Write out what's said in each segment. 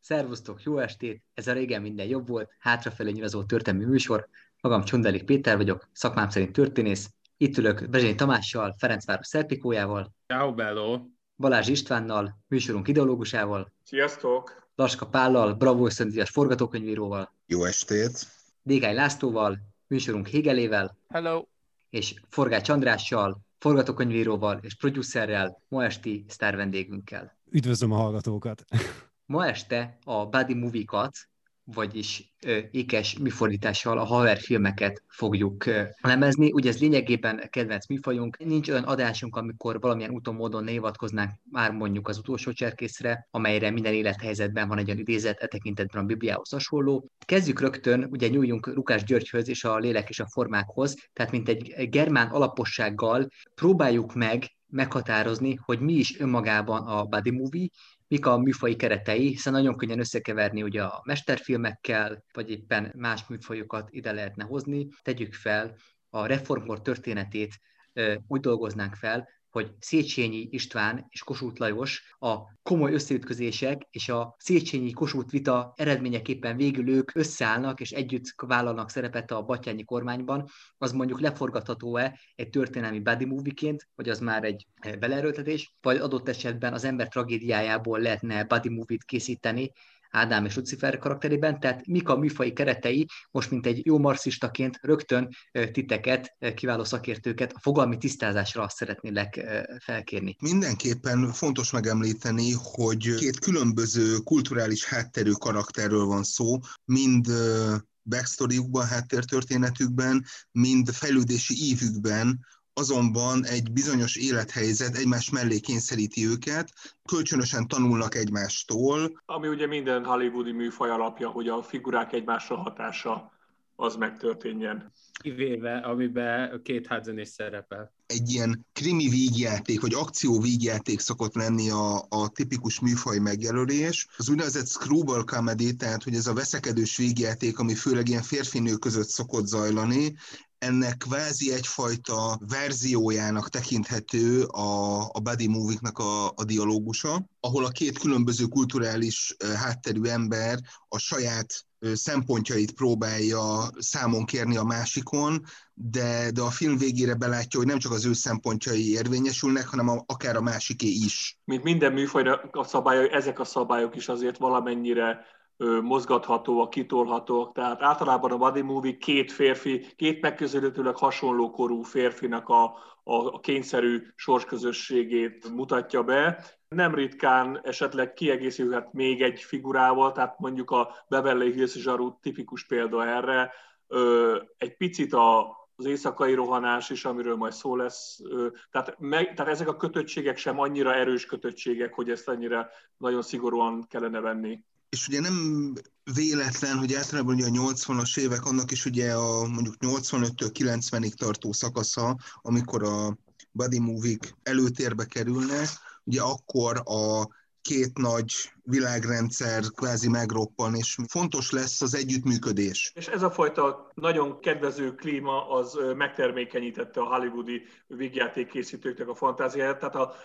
Szervusztok, jó estét! Ez a Régen minden jobb volt, hátrafelé nyilazó történelmi műsor. Magam Csondelik Péter vagyok, szakmám szerint történész. Itt ülök Bezsény Tamással, Ferencváros Szerpikójával, Ciao bello! Balázs Istvánnal, műsorunk ideológusával, Sziasztok! Laska Pállal, Bravo ösztöndíjas forgatókönyvíróval, Jó estét! Dékány Lászlóval, műsorunk Hégelével, Hello! és Forgács Andrással, forgatókönyvíróval és producerrel, ma esti sztár vendégünkkel. Üdvözlöm a hallgatókat! Ma este a buddy movie-kat, vagyis ékes műfordítással a haver filmeket fogjuk elemezni. Ugye ez lényegében kedvenc műfajunk. Nincs olyan adásunk, amikor valamilyen úton módon ne hivatkoznánk már mondjuk az utolsó cserkészre, amelyre minden élethelyzetben van egy olyan idézet, e tekintetben a Bibliához hasonló. Kezdjük rögtön, ugye nyúljunk Lukács Györgyhöz és a lélek és a formákhoz, tehát mint egy germán alapossággal próbáljuk meghatározni, hogy mi is önmagában a buddy movie, mik a műfaji keretei, hiszen nagyon könnyen összekeverni ugye a mesterfilmekkel, vagy éppen más műfajokat ide lehetne hozni. Tegyük fel, a reformkor történetét úgy dolgoznánk fel, hogy Széchenyi István és Kossuth Lajos a komoly összeütközések és a Széchenyi-Kossuth vita eredményeképpen végül ők összeállnak és együtt vállalnak szerepet a Batthyány kormányban, az mondjuk leforgatható-e egy történelmi buddy movie-ként, vagy az már egy beleerőltetés, vagy adott esetben az ember tragédiájából lehetne buddy movie-t készíteni, Ádám és Lucifer karakterében, tehát mik a műfai keretei, most mint egy jó marxistaként rögtön titeket, kiváló szakértőket a fogalmi tisztázásra szeretnélek felkérni. Mindenképpen fontos megemlíteni, hogy két különböző kulturális hátterű karakterről van szó, mind backstoryukban, háttértörténetükben, mind fejlődési ívükben, azonban egy bizonyos élethelyzet egymás mellé kényszeríti őket, kölcsönösen tanulnak egymástól. Ami ugye minden hollywoodi műfaj alapja, hogy a figurák egymásra hatása az megtörténjen. Kivéve, amiben két Hudson is szerepel. Egy ilyen krimi vígjáték, vagy akció vígjáték szokott lenni a tipikus műfaj megjelölés. Az úgynevezett screwball comedy, tehát hogy ez a veszekedős vígjáték, ami főleg ilyen férfi-nő között szokott zajlani, ennek kvázi egyfajta verziójának tekinthető a buddy movie-knak a dialógusa, ahol a két különböző kulturális hátterű ember a saját szempontjait próbálja számon kérni a másikon, de a film végére belátja, hogy nem csak az ő szempontjai érvényesülnek, hanem akár a másiké is. Mint minden műfajnak a szabályai, ezek a szabályok is azért valamennyire mozgathatóak, kitolhatóak, tehát általában a buddy movie két megközelítőleg hasonló korú férfinak a kényszerű sorsközösségét mutatja be. Nem ritkán esetleg kiegészülhet még egy figurával, tehát mondjuk a Beverly Hills Zsaru tipikus példa erre. Egy picit az éjszakai rohanás is, amiről majd szó lesz. Tehát ezek a kötöttségek sem annyira erős kötöttségek, hogy ezt annyira nagyon szigorúan kellene venni. És ugye nem véletlen, hogy általában ugye a 80-as évek, annak is ugye mondjuk 85-től 90-ig tartó szakasza, amikor a buddy movie-k előtérbe kerülnek, ugye akkor a két nagy világrendszer kvázi megroppan, és fontos lesz az együttműködés. És ez a fajta nagyon kedvező klíma az megtermékenyítette a hollywoodi vígjátékkészítőknek a fantáziáját. Tehát a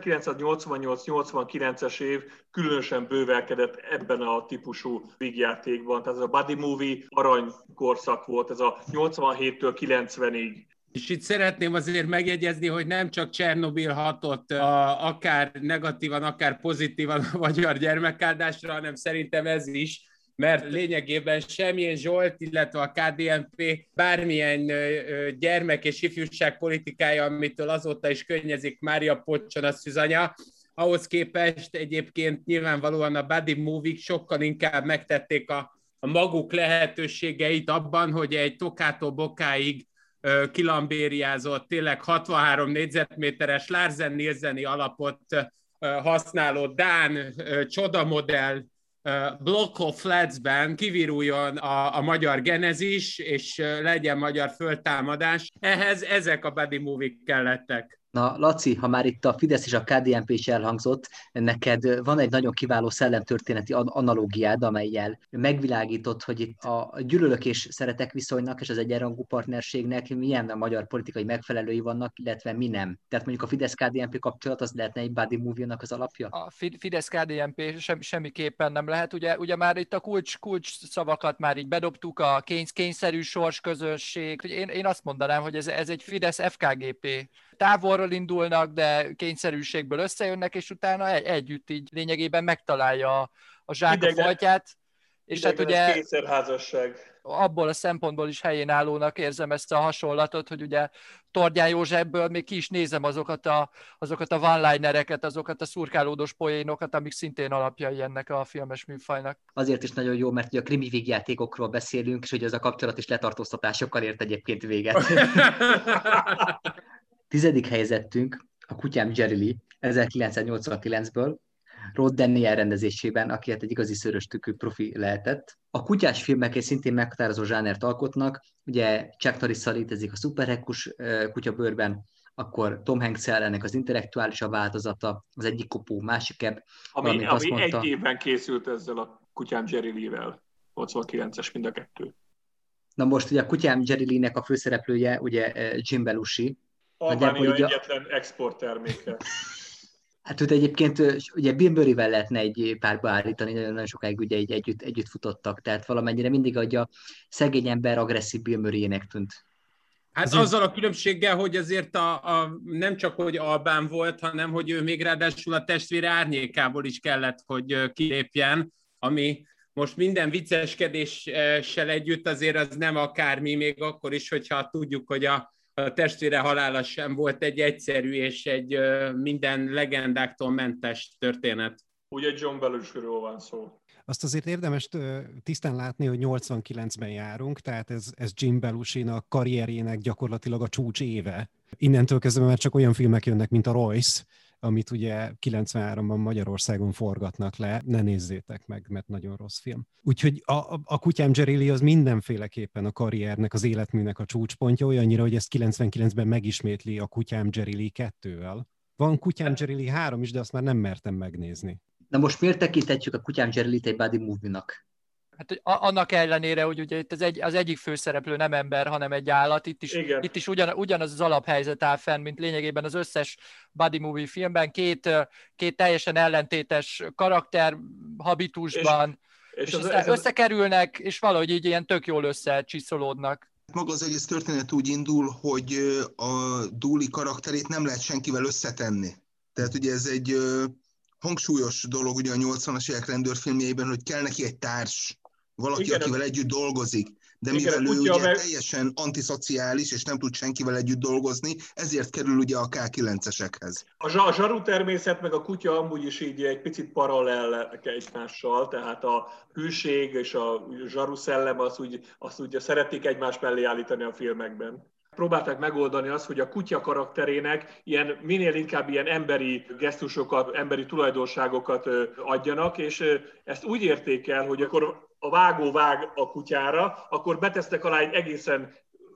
1988-89-es év különösen bővelkedett ebben a típusú vígjátékban. Tehát ez a buddy movie aranykorszak volt, ez a 87-től 90-ig. És itt szeretném azért megjegyezni, hogy nem csak Csernobil hatott akár negatívan, akár pozitívan a magyar gyermekáldásra, hanem szerintem ez is, mert lényegében Semjén Zsolt, illetve a KDNP bármilyen gyermek- és ifjúság politikája, amitől azóta is könnyezik Mária Pocson a szűzanya, ahhoz képest egyébként nyilvánvalóan a buddy movie-k sokkal inkább megtették a maguk lehetőségeit abban, hogy egy tokától bokáig kilambériázott, tényleg 63 négyzetméteres Larsen Nielseni alapot használó dán csodamodell Block of Flats-ben kiviruljon a magyar genezis, és legyen magyar föltámadás. Ehhez ezek a buddy movie-k kellettek. Na, Laci, ha már itt a Fidesz és a KDNP is elhangzott, neked van egy nagyon kiváló szellemtörténeti analógiád, amellyel megvilágított, hogy itt a gyűlölök és szeretek viszonynak és az egyenrangú partnerségnek milyen a magyar politikai megfelelői vannak, illetve mi nem. Tehát mondjuk a Fidesz-KDNP kapcsolat az lehetne egy buddy movie-nak az alapja? A Fidesz-KDNP semmiképpen nem lehet. Ugye már itt a kulcs szavakat már így bedobtuk, a kényszerű sorsközönség. Én azt mondanám, hogy ez egy Fidesz-FKGP. Távolról indulnak, de kényszerűségből összejönnek, és utána együtt így lényegében megtalálja a zsák a foltját. És hát ugye kényszerházasság. Abból a szempontból is helyén állónak érzem ezt a hasonlatot, hogy ugye Tordján Józsefből még ki is nézem azokat a one-linereket, azokat a szurkálódós poénokat, amik szintén alapjai ennek a filmes műfajnak. Azért is nagyon jó, mert ugye a krimi végjátékokról beszélünk, és hogy ez a kapcsolat is letartóztatásokkal ért egyébként véget. 10. helyezettünk a Kutyám Jerry Lee 1989-ből, Rod Daniel rendezésében, aki hát egy igazi szőröstükű profi lehetett. A kutyás filmek egy szintén meghatározó zsánert alkotnak, ugye Chuck Norris-szal létezik a szuperhekkus kutyabőrben, akkor Tom Hanks-el ennek az intellektuális a változata, az egyik kopó, másik ebb. Ami egy évben készült ezzel a Kutyám Jerry Lee-vel, 89-es mind a kettő. Na most ugye a Kutyám Jerry Lee-nek a főszereplője ugye Jim Belushi. Albánia egyetlen exportterméke. Hát őt egyébként ugye Bill Murray-vel lehetne egy párba állítani, nagyon sokáig ugye együtt futottak, tehát valamennyire mindig a szegény ember agresszív Bill Murray-ének tűnt. Hát azzal a különbséggel, hogy azért nem csak hogy albán volt, hanem hogy ő még ráadásul a testvére árnyékából is kellett, hogy kilépjen, ami most minden vicceskedéssel együtt azért az nem akármi, még akkor is, hogyha tudjuk, hogy a testvére halála sem volt egy egyszerű és egy minden legendáktól mentes történet. Ugye John Belushi-ről van szó. Azt azért érdemes tisztán látni, hogy 89-ben járunk, tehát ez Jim Belushi-nak karrierjének gyakorlatilag a csúcs éve. Innentől kezdve már csak olyan filmek jönnek, mint a Royce, amit ugye 93-ban Magyarországon forgatnak le, ne nézzétek meg, mert nagyon rossz film. Úgyhogy a Kutyám Jerry Lee az mindenféleképpen a karriernek, az életműnek a csúcspontja, olyannyira, hogy ezt 99-ben megismétli a Kutyám Jerry Lee 2-vel. Van Kutyám Jerry Lee 3 is, de azt már nem mertem megnézni. Na most miért tekinthetjük a Kutyám Jerry Lee-t egy buddy movie-nak? Hát annak ellenére, hogy ugye itt az egyik főszereplő nem ember, hanem egy állat, itt is ugyanaz az alaphelyzet áll fenn, mint lényegében az összes buddy movie filmben, két teljesen ellentétes karakter habitusban, és aztán összekerülnek, és valahogy így ilyen tök jól összecsiszolódnak. Maga az egész történet úgy indul, hogy a Dooley karakterét nem lehet senkivel összetenni. Tehát ugye ez egy hangsúlyos dolog ugye a 80-as évek rendőrfilmjeiben, hogy kell neki egy társ, valaki, igen, akivel együtt dolgozik, de mivel ő ugye teljesen antiszociális, és nem tud senkivel együtt dolgozni, ezért kerül ugye a K9-esekhez. A zsaru természet meg a kutya amúgy is így egy picit paralellek egymással, tehát a hűség és a zsaru szellem azt úgy szeretik egymás mellé állítani a filmekben. Próbálták megoldani azt, hogy a kutya karakterének minél inkább ilyen emberi gesztusokat, emberi tulajdonságokat adjanak, és ezt úgy érték el, hogy akkor a vágó vág a kutyára, akkor betesznek alá egy egészen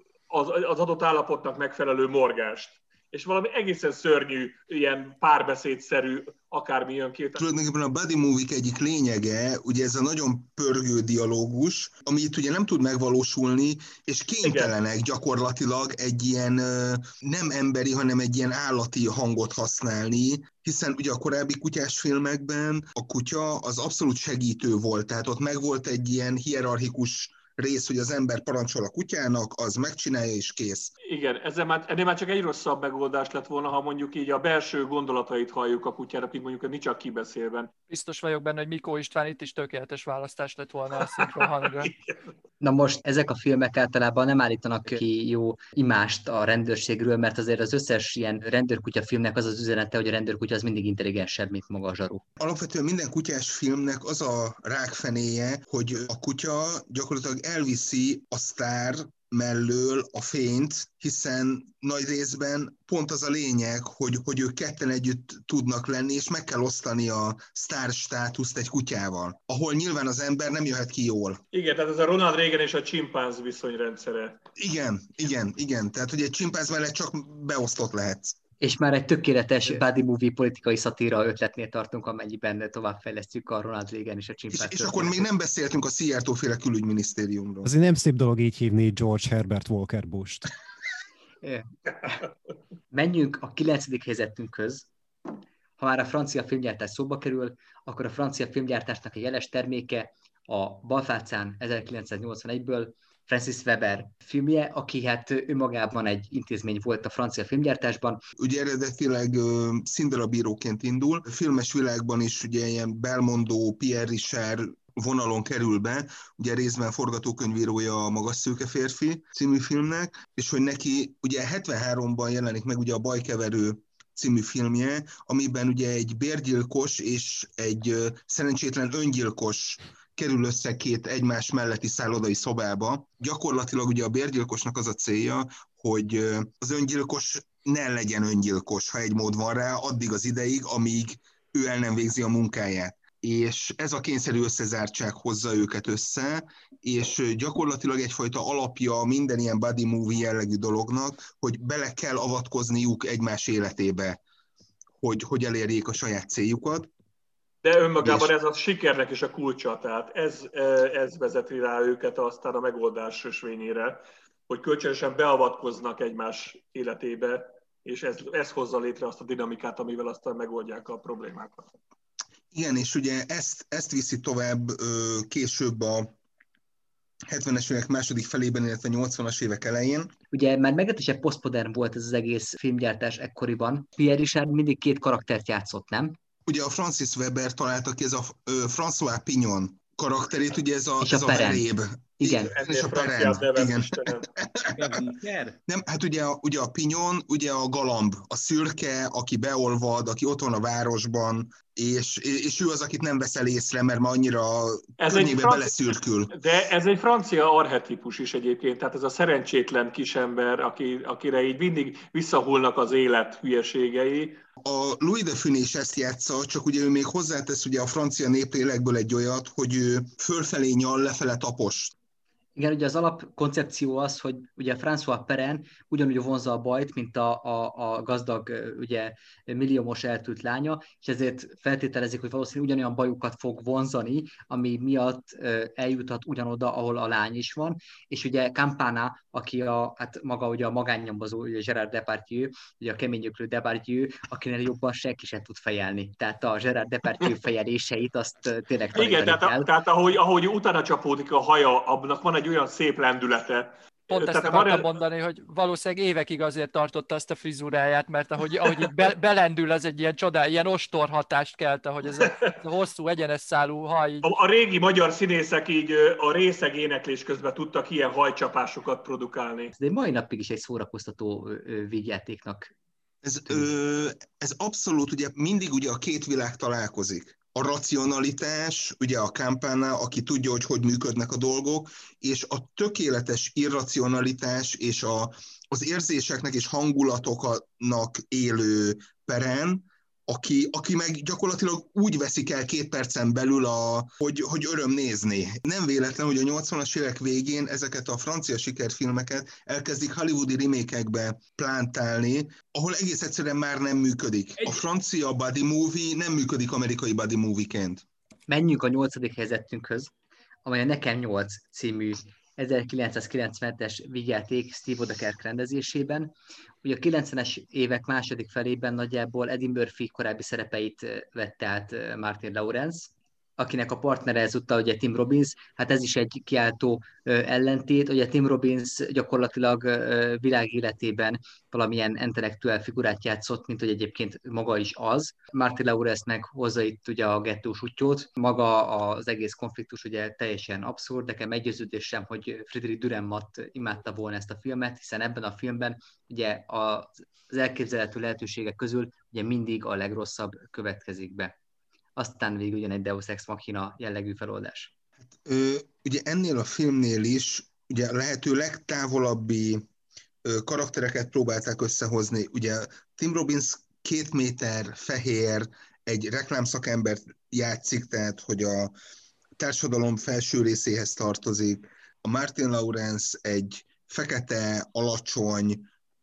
az adott állapotnak megfelelő morgást. És valami egészen szörnyű, ilyen párbeszédszerű, akármi jön ki. Tulajdonképpen a buddy movie egyik lényege, ugye ez a nagyon pörgő dialógus, ami itt ugye nem tud megvalósulni, és kénytelenek gyakorlatilag egy ilyen nem emberi, hanem egy ilyen állati hangot használni, hiszen ugye a korábbi kutyás filmekben a kutya az abszolút segítő volt, tehát ott megvolt egy ilyen hierarchikus rész, hogy az ember parancsol a kutyának, az megcsinálja és kész. Igen, ennél már csak egy rosszabb megoldás lett volna, ha mondjuk így a belső gondolatait halljuk a kutyának, így mondjuk nincs csak kibeszélven. Biztos vagyok benne, hogy Mikó István itt is tökéletes választás lett volna a szinkronhangra. Na most ezek a filmek általában nem állítanak ki jó imást a rendőrségről, mert azért az összes ilyen rendőrkutya filmnek az az üzenete, hogy a rendőrkutya az mindig intelligensebb, mint maga a zsaru. Alapvetően minden kutyás filmnek az a rákfenéje, hogy a kutya gyakorlatilag elviszi a sztár mellől a fényt, hiszen nagy részben pont az a lényeg, hogy ők ketten együtt tudnak lenni, és meg kell osztani a sztár státuszt egy kutyával, ahol nyilván az ember nem jöhet ki jól. Igen, tehát ez a Ronald Reagan és a csimpánz viszonyrendszere. Igen, tehát hogy egy csimpánz mellett csak beosztott lehetsz. És már egy tökéletes buddy movie politikai szatíra ötletnél tartunk, amennyiben továbbfejlesztjük a Ronald Reagan és a csimpák És akkor még nem beszéltünk a Szijjártó-féle külügyminisztériumról. Azért nem szép dolog így hívni George Herbert Walker Bush-t. Menjünk a 9. helyzetünkhöz. Ha már a francia filmgyártás szóba kerül, akkor a francia filmgyártásnak egy jeles terméke a Balfácán 1981-ből Francis Weber filmje, aki hát önmagában egy intézmény volt a francia filmgyártásban. Ugye eredetileg színdarabíróként indul, a filmes világban is ugye ilyen Belmondo, Pierre Richard vonalon kerül be, ugye részben forgatókönyvírója a Magas szőke férfi című filmnek, és hogy neki ugye 73-ban jelenik meg ugye a Bajkeverő című filmje, amiben ugye egy bérgyilkos és egy szerencsétlen öngyilkos kerül össze két egymás melletti szállodai szobába. Gyakorlatilag ugye a bérgyilkosnak az a célja, hogy az öngyilkos ne legyen öngyilkos, ha egy mód van rá, addig az ideig, amíg ő el nem végzi a munkáját. És ez a kényszerű összezártság hozza őket össze, és gyakorlatilag egyfajta alapja minden ilyen buddy movie jellegű dolognak, hogy bele kell avatkozniuk egymás életébe, hogy elérjék a saját céljukat. De önmagában ez a sikernek is a kulcsa, tehát ez vezeti rá őket aztán a megoldás ösvényére, hogy kölcsönösen beavatkoznak egymás életébe, és ez hozza létre azt a dinamikát, amivel aztán megoldják a problémákat. Igen, és ugye ezt viszi tovább később a 70-es évek második felében, illetve 80-as évek elején. Ugye már meglehetősen posztmodern volt ez az egész filmgyártás ekkoriban. Pierre Richard mindig két karaktert játszott, nem? Ugye a Francis Weber találta ki ez a François Pignon karakterét, ugye ez a veréb. Igen. És a Peren. Igen. Nem, hát ugye a Pignon, ugye a galamb, a szürke, aki beolvad, aki ott van a városban, és ő az, akit nem veszel észre, mert már annyira könnyébe beleszürkül. De ez egy francia archetípus is egyébként, tehát ez a szerencsétlen kisember, akire így mindig visszahullnak az élet hülyeségei. A Louis de Funès is ezt játsza, csak ugye ő még hozzátesz ugye a francia néplélekből egy olyat, hogy ő fölfelé nyal, lefele tapost. Igen, ugye az alapkoncepció az, hogy ugye François Peren ugyanúgy vonzza a bajt, mint a gazdag, ugye milliómos eltűnt lánya, és ezért feltételezik, hogy valószínűleg ugyanolyan bajukat fog vonzani, ami miatt eljutat ugyanoda, ahol a lány is van, és ugye Campana, aki hát maga ugye a magánnyomozó, ugye Gérard Depardieu, ugye a keményöklő Depardieu, akinél jobban senki sem tud fejelni. Tehát a Gérard Depardieu fejeléseit azt tényleg tanítani kell. Igen, tehát ahogy utána csapódik a haja, abnak van egy olyan szép lendülete. Pont ezt akartam mondani, hogy valószínűleg évekig azért tartotta ezt a frizúráját, mert ahogy így belendül, ez egy ilyen csodál, ilyen ostor hatást kelt, ahogy ez a hosszú, egyenes szálú haj. Így... A régi magyar színészek így a részeg éneklés közben tudtak ilyen hajcsapásokat produkálni. De mai napig is egy szórakoztató vígjátéknak. Ez abszolút, ugye mindig ugye a két világ találkozik. A racionalitás, ugye a Campana, aki tudja, hogy működnek a dolgok, és a tökéletes irracionalitás és az érzéseknek és hangulatoknak élő Peren, aki meg gyakorlatilag úgy veszik el 2 percen belül, hogy öröm nézni. Nem véletlen, hogy a 80-as évek végén ezeket a francia sikerfilmeket elkezdik hollywoodi remake-ekbe plántálni, ahol egész egyszerűen már nem működik. A francia buddy movie nem működik amerikai buddy movie-ként. Menjünk a 8. helyzetünkhöz, amely a Nekem 8 című 1997-es vígjáték Steve Oedekerk rendezésében. Ugye a 90-es évek második felében nagyjából Eddie Murphy korábbi szerepeit vette át Martin Lawrence, akinek a partnere ezúttal ugye Tim Robbins, hát ez is egy kiáltó ellentét, ugye Tim Robbins gyakorlatilag világéletében valamilyen intellektuál figurát játszott, mint hogy egyébként maga is az. Martin Lawrence meg hozza itt ugye a gettós útjót. Maga az egész konfliktus ugye teljesen abszurd, nekem meggyőződésem, hogy Friedrich Dürrenmatt imádta volna ezt a filmet, hiszen ebben a filmben ugye az elképzelhető lehetőségek közül ugye mindig a legrosszabb következik be. Aztán végül jön egy Deus Ex Machina jellegű feloldás. Ugye ennél a filmnél is ugye lehető legtávolabbi karaktereket próbálták összehozni. Ugye Tim Robbins 2 méter, fehér, egy reklámszakembert játszik, tehát hogy a társadalom felső részéhez tartozik. A Martin Lawrence egy fekete, alacsony,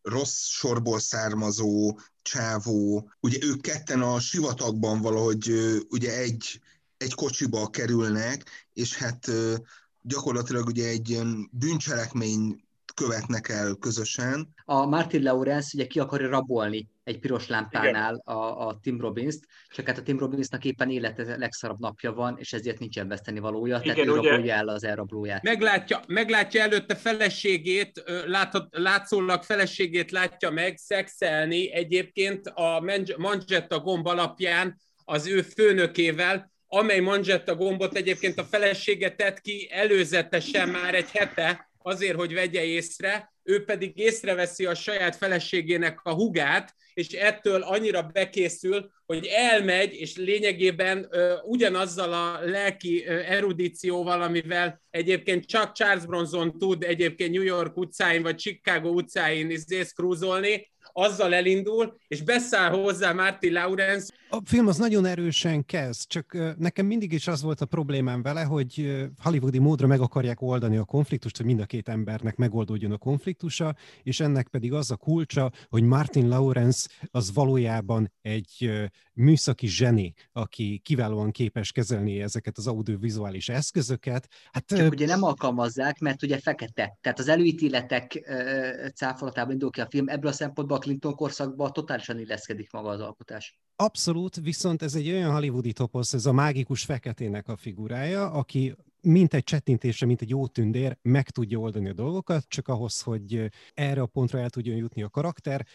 rossz sorból származó csávó, ugye ők ketten a sivatagban valahogy ugye egy kocsiba kerülnek, és hát gyakorlatilag ugye egy ilyen bűncselekmény követnek el közösen. A Martin Lawrence ugye ki akarja rabolni egy piros lámpánál a Tim Robbins-t, csak hát a Tim Robbinsnak éppen élete legszarabb napja van, és ezért nincsen vesztenivalója, tehát ő rabolja el az elrablóját. Meglátja előtte feleségét, látszólag feleségét látja meg szexelni egyébként a manzsetta gomb alapján az ő főnökével, amely manzsetta gombot egyébként a felesége tett ki előzetesen már egy hete, azért, hogy vegye észre, ő pedig észreveszi a saját feleségének a hugát, és ettől annyira bekészül, hogy elmegy, és lényegében ugyanazzal a lelki erudícióval, amivel egyébként csak Charles Bronson tud egyébként New York utcáin, vagy Chicago utcáin cruisolni, azzal elindul, és beszáll hozzá Martin Lawrence. A film az nagyon erősen kezd, csak nekem mindig is az volt a problémám vele, hogy hollywoodi módra meg akarják oldani a konfliktust, hogy mind a két embernek megoldódjon a konfliktusa, és ennek pedig az a kulcsa, hogy Martin Lawrence az valójában egy műszaki zseni, aki kiválóan képes kezelni ezeket az audiovizuális eszközöket. Hát, csak ugye nem alkalmazzák, mert ugye fekete. Tehát az előítéletek cáfolatában indul ki a film, ebből a szempontból a Clinton korszakban totálisan illeszkedik maga az alkotás. Abszolút, viszont ez egy olyan hollywoodi toposz, ez a mágikus feketének a figurája, aki mint egy csettintésre, mint egy jó tündér, meg tudja oldani a dolgokat, csak ahhoz, hogy erre a pontra el tudjon jutni a karakter,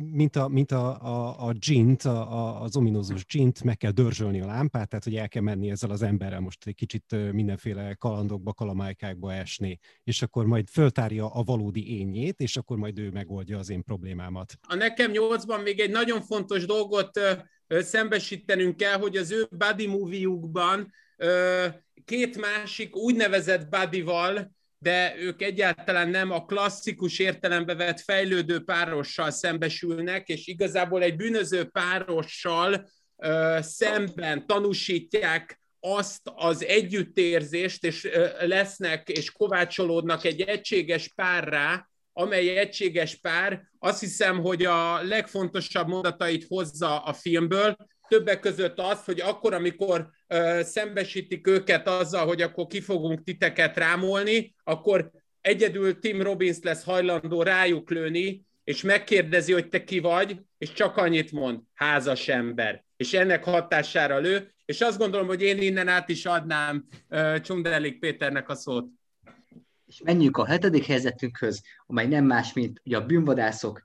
mint a Gint, az ominózus Gint, meg kell dörzsölni a lámpát, tehát hogy el kell menni ezzel az emberrel most egy kicsit mindenféle kalandokba, kalamájkákba esni, és akkor majd föltárja a valódi énjét, és akkor majd ő megoldja az én problémámat. A Nekem 8-ban még egy nagyon fontos dolgot szembesítenünk kell, hogy az ő buddy movie-jukban két másik úgynevezett buddyval, de ők egyáltalán nem a klasszikus értelembe vett fejlődő párossal szembesülnek, és igazából egy bűnöző párossal szemben tanúsítják azt az együttérzést, és lesznek és kovácsolódnak egy egységes párrá, amely egységes pár, azt hiszem, hogy a legfontosabb mondatait hozza a filmből, többek között az, hogy akkor, amikor szembesítik őket azzal, hogy akkor ki fogunk titeket rámolni, akkor egyedül Tim Robbins lesz hajlandó rájuk lőni, és megkérdezi, hogy te ki vagy, és csak annyit mond, házas ember. És ennek hatására lő, és azt gondolom, hogy én innen át is adnám Csundelik Péternek a szót. És menjünk a 7. helyzetünkhöz, amely nem más, mint ugye a Bűnvadászok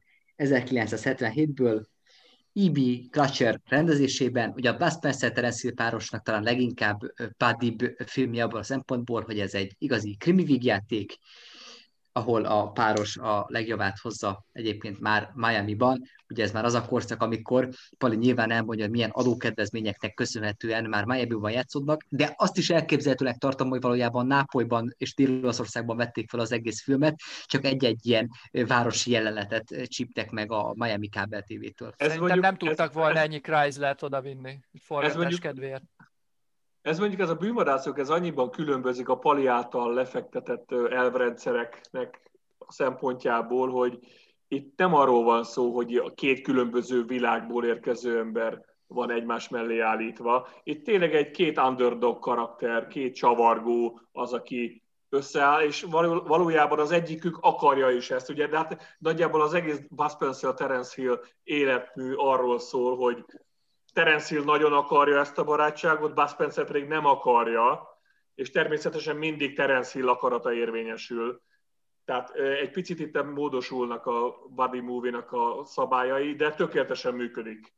1977-ből, E.B. Clucher rendezésében, ugye a Bud Spencer-Terence Hill párosnak talán leginkább buddy filmje abban a szempontból, hogy ez egy igazi krimi vígjáték, ahol a páros a legjavát hozza egyébként már Miami-ban. Ugye ez már az a korszak, amikor Pali nyilván elmondja, hogy milyen adókedvezményeknek köszönhetően már Miami-ban játszódnak, de azt is elképzelhetőleg tartom, hogy valójában Nápolyban és Dél-Olaszországban vették fel az egész filmet, csak egy-egy ilyen városi jelenetet csíptek meg a Miami kábel TV-től. Szerintem nem tudtak volna ennyi Chrysler-t odavinni, forgatás kedvéért. Ez mondjuk ez a Bűnvadászok, ez annyiban különbözik a Pali által lefektetett elvrendszereknek a szempontjából, hogy itt nem arról van szó, hogy a két különböző világból érkező ember van egymás mellé állítva. Itt tényleg két underdog karakter, két csavargó az, aki összeáll, és valójában az egyikük akarja is ezt. Ugye, de hát nagyjából az egész Bud Spencer-Terence Hill életmű arról szól, hogy Terence Hill nagyon akarja ezt a barátságot, Bud Spencer pedig nem akarja, és természetesen mindig Terence Hill akarata érvényesül. Tehát egy picit itt módosulnak a buddy movie-nak a szabályai, de tökéletesen működik.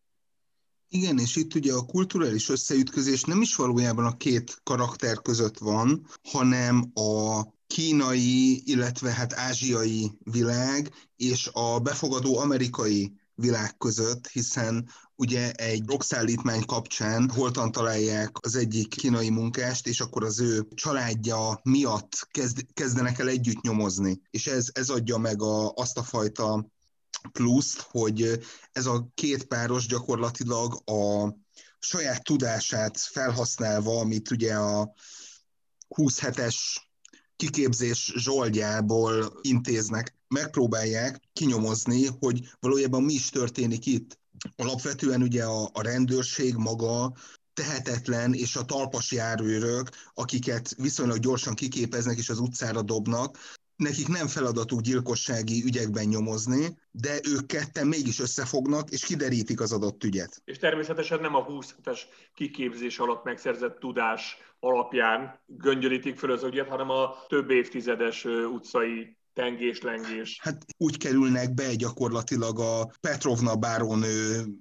Igen, és itt ugye a kulturális összeütközés nem is valójában a két karakter között van, hanem a kínai, illetve hát ázsiai világ és a befogadó amerikai világ között, hiszen ugye egy drogszállítmány kapcsán holtan találják az egyik kínai munkást, és akkor az ő családja miatt kezdenek el együtt nyomozni. És ez adja meg azt a fajta pluszt, hogy ez a két páros gyakorlatilag a saját tudását felhasználva, amit ugye a 20 hetes kiképzés zsoldjából intéznek, megpróbálják kinyomozni, hogy valójában mi is történik itt. Alapvetően ugye a rendőrség maga tehetetlen, és a talpas járőrök, akiket viszonylag gyorsan kiképeznek és az utcára dobnak, nekik nem feladatuk gyilkossági ügyekben nyomozni, de ők ketten mégis összefognak, és kiderítik az adott ügyet. És természetesen nem a 20 hetes kiképzés alatt megszerzett tudás alapján göngyölítik föl az ügyet, hanem a több évtizedes utcai tengés-lengés. Hát úgy kerülnek be gyakorlatilag a Petrovna bárónőhöz,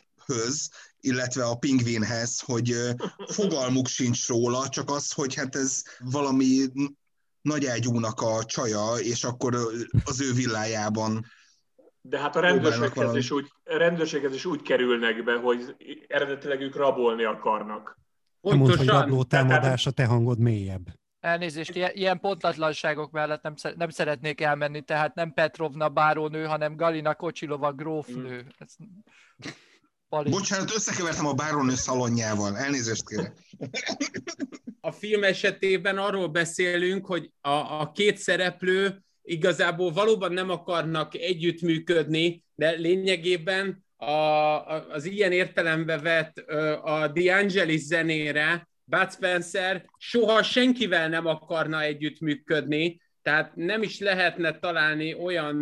illetve a pingvinhez, hogy fogalmuk sincs róla, csak az, hogy hát ez valami nagyágyúnak a csaja, és akkor az ő villájában. De hát a rendőrséghez is úgy kerülnek be, hogy eredetileg ők rabolni akarnak. Nem mondd, hogy rabló támadás, a te hangod mélyebb. Elnézést, ilyen pontatlanságok mellett nem szeretnék elmenni, tehát nem Petrovna bárónő, hanem Galina Kocsilova grófnő. Bocsánat, összekevertem a bárónő szalonjával. Elnézést kérek. A film esetében arról beszélünk, hogy a két szereplő igazából valóban nem akarnak együttműködni, de lényegében az ilyen értelembe vett a De Angelis zenére Bud Spencer soha senkivel nem akarna együttműködni, tehát nem is lehetne találni olyan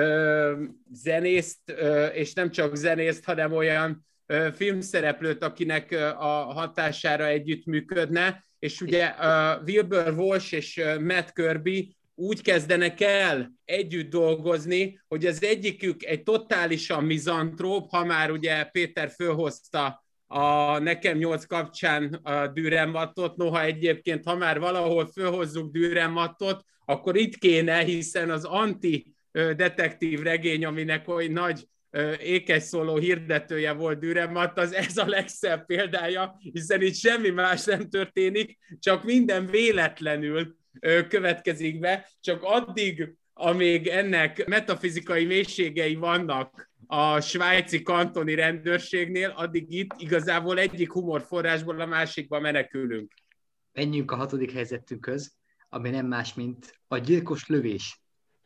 zenészt, és nem csak zenészt, hanem olyan filmszereplőt, akinek a hatására együttműködne, és ugye Wilbur Walsh és Matt Kirby úgy kezdenek el együtt dolgozni, hogy az egyikük egy totálisan mizantróp, ha már ugye Péter fölhozta a Nekem 8 kapcsán a Dürrenmattot, noha egyébként, ha már valahol fölhozzuk Dürrenmattot, akkor itt kéne, hiszen az anti-detektív regény, aminek oly nagy ékes szóló hirdetője volt Dürrenmatt, az ez a legszebb példája, hiszen itt semmi más nem történik, csak minden véletlenül következik be, csak addig, amíg ennek metafizikai mélységei vannak a svájci kantoni rendőrségnél, addig itt igazából egyik humorforrásból a másikba menekülünk. Menjünk a 6. helyzetünkhöz, ami nem más, mint a Gyilkos lövés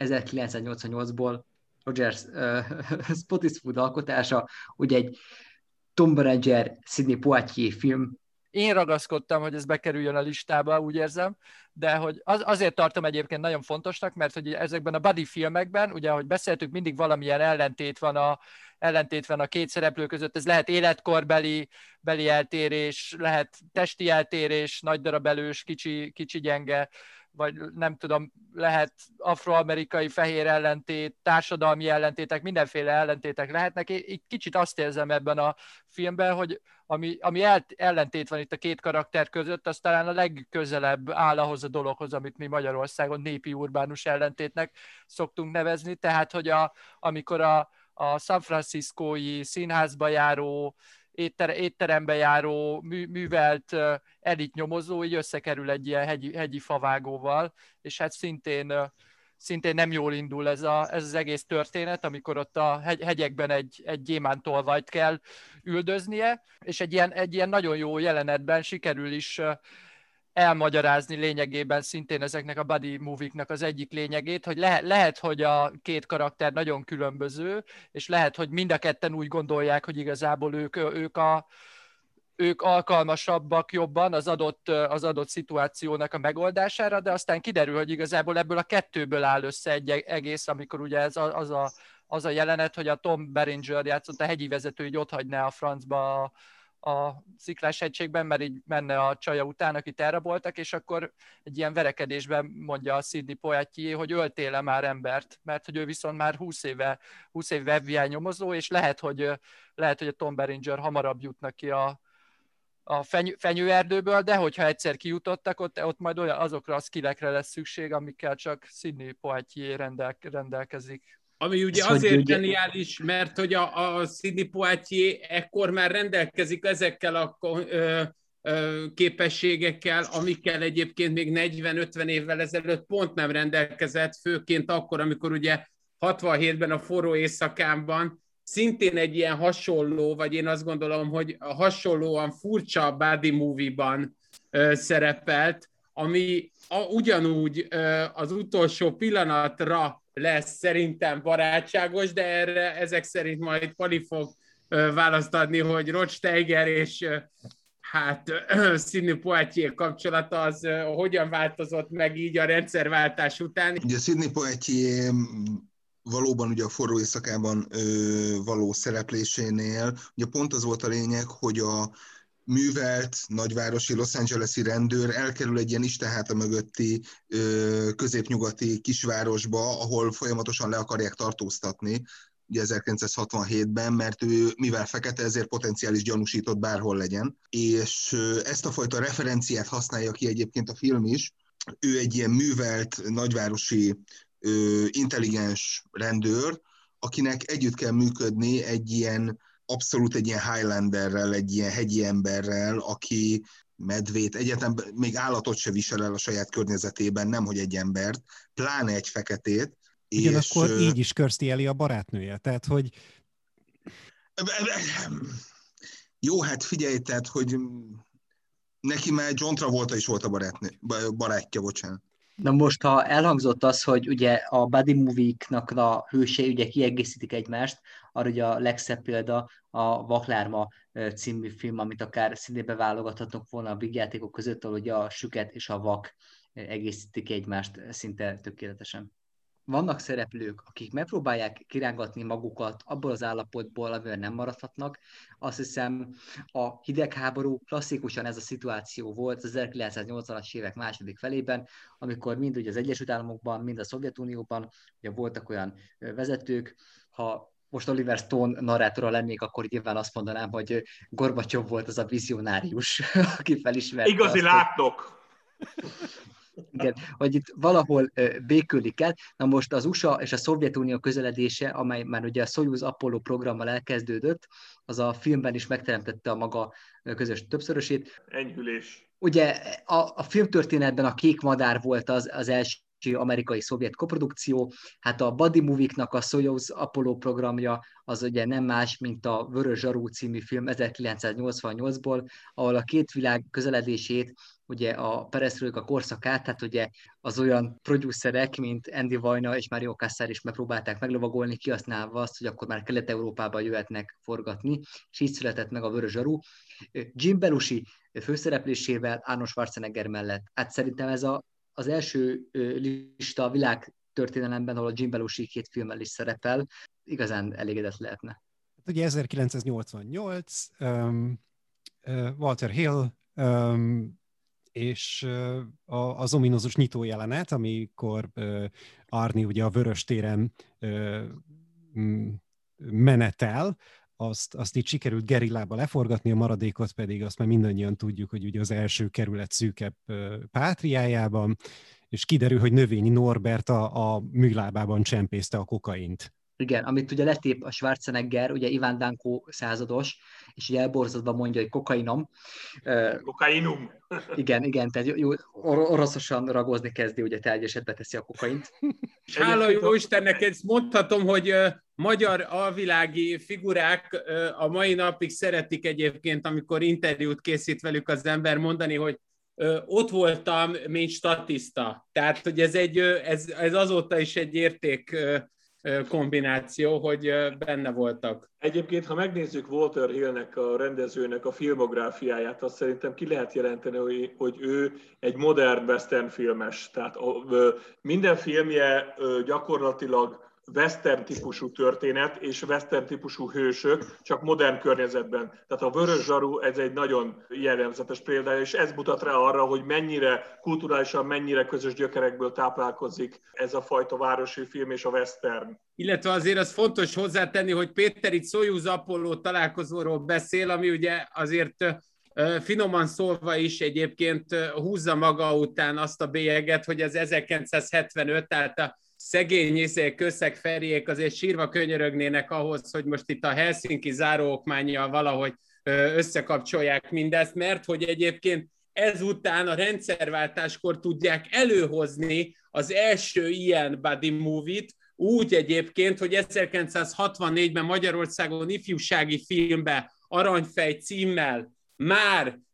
1988-ból, Roger Spottiswoode alkotása, ugye egy Tom Berenger, Sidney Poitier film. Én ragaszkodtam, hogy ez bekerüljön a listába, úgy érzem, de hogy azért tartom egyébként nagyon fontosnak, mert hogy ezekben a buddy filmekben, ugye, ahogy beszéltük, mindig valamilyen ellentét van a két szereplő között, ez lehet életkorbeli eltérés, lehet testi eltérés, nagy darabelős, kicsi gyenge, vagy nem tudom, lehet afroamerikai fehér ellentét, társadalmi ellentétek, mindenféle ellentétek lehetnek. Én kicsit azt érzem ebben a filmben, hogy ami ellentét van itt a két karakter között, az talán a legközelebb áll ahhoz a dologhoz, amit mi Magyarországon népi urbánus ellentétnek szoktunk nevezni. Tehát, hogy amikor a San Franciscói színházba járó, étterembe járó, művelt elitnyomozó így összekerül egy ilyen hegyi favágóval, és hát szintén nem jól indul ez az egész történet, amikor ott a hegyekben egy gyémántolvajt kell üldöznie, és egy ilyen nagyon jó jelenetben sikerül is elmagyarázni lényegében szintén ezeknek a buddy movie-knak az egyik lényegét, hogy lehet, hogy a két karakter nagyon különböző, és lehet, hogy mind a ketten úgy gondolják, hogy igazából ők alkalmasabbak jobban az adott szituációnak a megoldására, de aztán kiderül, hogy igazából ebből a kettőből áll össze egy egész, amikor ugye ez az a jelenet, hogy a Tom Berenger játszott, a hegyi vezető így otthagyná a francba a Sziklás hegységben, mert így menne a csaja után, akit elraboltak, és akkor egy ilyen verekedésben mondja a Sidney Poitier, hogy öltél-e már embert, mert hogy ő viszont már 20 éve FBI nyomozó, és lehet, hogy a Tom Berenger hamarabb jutnak ki a fenyőerdőből, de hogyha egyszer kijutottak, ott majd azokra a skillekre lesz szükség, amikkel csak Sidney Poitier rendelkezik. Ami ugye azért zseniális, mert hogy a Sidney Poitier ekkor már rendelkezik ezekkel a képességekkel, amikkel egyébként még 40-50 évvel ezelőtt pont nem rendelkezett, főként akkor, amikor ugye 67-ben a Forró éjszakánban szintén egy ilyen hasonló, vagy én azt gondolom, hogy hasonlóan furcsa buddy movie-ban szerepelt, ami ugyanúgy az utolsó pillanatra lesz szerintem barátságos, de erre ezek szerint majd Pali fog választ adni, hogy Rod Steiger és hát Sidney Poitier kapcsolata az hogyan változott meg így a rendszerváltás után. Ugye Sidney Poitier valóban ugye a Forró éjszakában való szereplésénél, ugye pont az volt a lényeg, hogy a művelt nagyvárosi Los Angeles-i rendőr elkerül egy ilyen istenháta mögötti középnyugati kisvárosba, ahol folyamatosan le akarják tartóztatni, ugye 1967-ben, mert ő mivel fekete, ezért potenciális gyanúsított bárhol legyen. És ezt a fajta referenciát használja ki egyébként a film is. Ő egy ilyen művelt nagyvárosi intelligens rendőr, akinek együtt kell működni egy ilyen Highlanderrel, egy ilyen hegyi emberrel, aki medvét, egyetem még állatot se visel el a saját környezetében, nemhogy egy embert, pláne egy feketét. Ugyanakkor így is Kirstie Alley a barátnője, tehát hogy... Jó, hát figyelj, tehát, hogy neki már John Travolta is volt a barátja, bocsánat. Na most, ha elhangzott az, hogy ugye a buddy movie-knak a hősei ugye kiegészítik egymást, arra ugye a legszebb példa a Vaklárma című film, amit akár színébe válogathatunk volna a vígjátékok között, ahol ugye a süket és a vak egészítik egymást szinte tökéletesen. Vannak szereplők, akik megpróbálják kirángatni magukat abból az állapotból, amiben nem maradhatnak. Azt hiszem, a hidegháború klasszikusan ez a szituáció volt az 1980-as évek második felében, amikor mind ugye az Egyesült Államokban, mind a Szovjetunióban ugye voltak olyan vezetők, ha most Oliver Stone narrátora lennék, akkor nyilván azt mondanám, hogy Gorbacsov volt az a vizionárius, aki felismerte. Igazi látnok! Igen, hogy itt valahol békülni kell. Na most az USA és a Szovjetunió közeledése, amely már ugye a Soyuz Apollo programmal elkezdődött, az a filmben is megteremtette a maga közös többszörösét. Enyhülés. Ugye a filmtörténetben a Kék madár volt az első amerikai-szovjet koprodukció, hát a buddy movie-knak a Soyuz Apollo programja az ugye nem más, mint a Vörös zsaru című film 1988-ból, ahol a két világ közeledését, ugye a peresztrojka korszakát, tehát ugye az olyan producerek, mint Andy Vajna és Mario Kassar is megpróbálták meglovagolni, kihasználva azt, hogy akkor már Kelet-Európába jöhetnek forgatni, és így született meg a Vörös zsaru. Jim Belushi főszereplésével Arnold Schwarzenegger mellett. Hát szerintem ez az első lista a világtörténelemben, ahol a Jim Belushi két filmmel is szerepel, igazán elégedett lehetne. Hát ugye 1988, Walter Hill, és az ominózus nyitójelenet, amikor Arnie ugye a Vörös téren menetel, azt így sikerült gerillába leforgatni, a maradékot pedig azt már mindannyian tudjuk, hogy ugye az első kerület szűkebb pátriájában, és kiderül, hogy Növényi Norbert a műlábában csempészte a kokaint. Igen, amit ugye letép a Schwarzenegger, ugye Iván Danko százados, és ugye elborzadva mondja, hogy kokainom. Kokainum. Igen, tehát jó, oroszosan ragozni kezdi, ugye tárgyesetbe teszi a kokaint. Hála jó Istennek, ezt mondhatom, hogy magyar alvilági figurák a mai napig szeretik egyébként, amikor interjút készít velük az ember, mondani, hogy ott voltam, mint statiszta. Tehát, hogy ez azóta is egy érték kombináció, hogy benne voltak. Egyébként, ha megnézzük Walter Hillnek, a rendezőnek a filmográfiáját, azt szerintem ki lehet jelenteni, hogy ő egy modern western filmes. Tehát minden filmje gyakorlatilag western típusú történet és western típusú hősök, csak modern környezetben. Tehát a Vörös zsaru ez egy nagyon jellemzetes példa, és ez mutat rá arra, hogy mennyire kulturálisan, mennyire közös gyökerekből táplálkozik ez a fajta városi film és a western. Illetve azért az fontos hozzátenni, hogy Péter itt Soyuz Apollo találkozóról beszél, ami ugye azért finoman szólva is egyébként húzza maga után azt a bélyeget, hogy az 1975, tehát a szegény közszegferiék azért sírva könyörögnének ahhoz, hogy most itt a Helsinki záróokmánnyal valahogy összekapcsolják mindezt, mert hogy egyébként ezután a rendszerváltáskor tudják előhozni az első ilyen buddy movie-t, úgy egyébként, hogy 1964-ben Magyarországon ifjúsági filmbe Aranyfej címmel már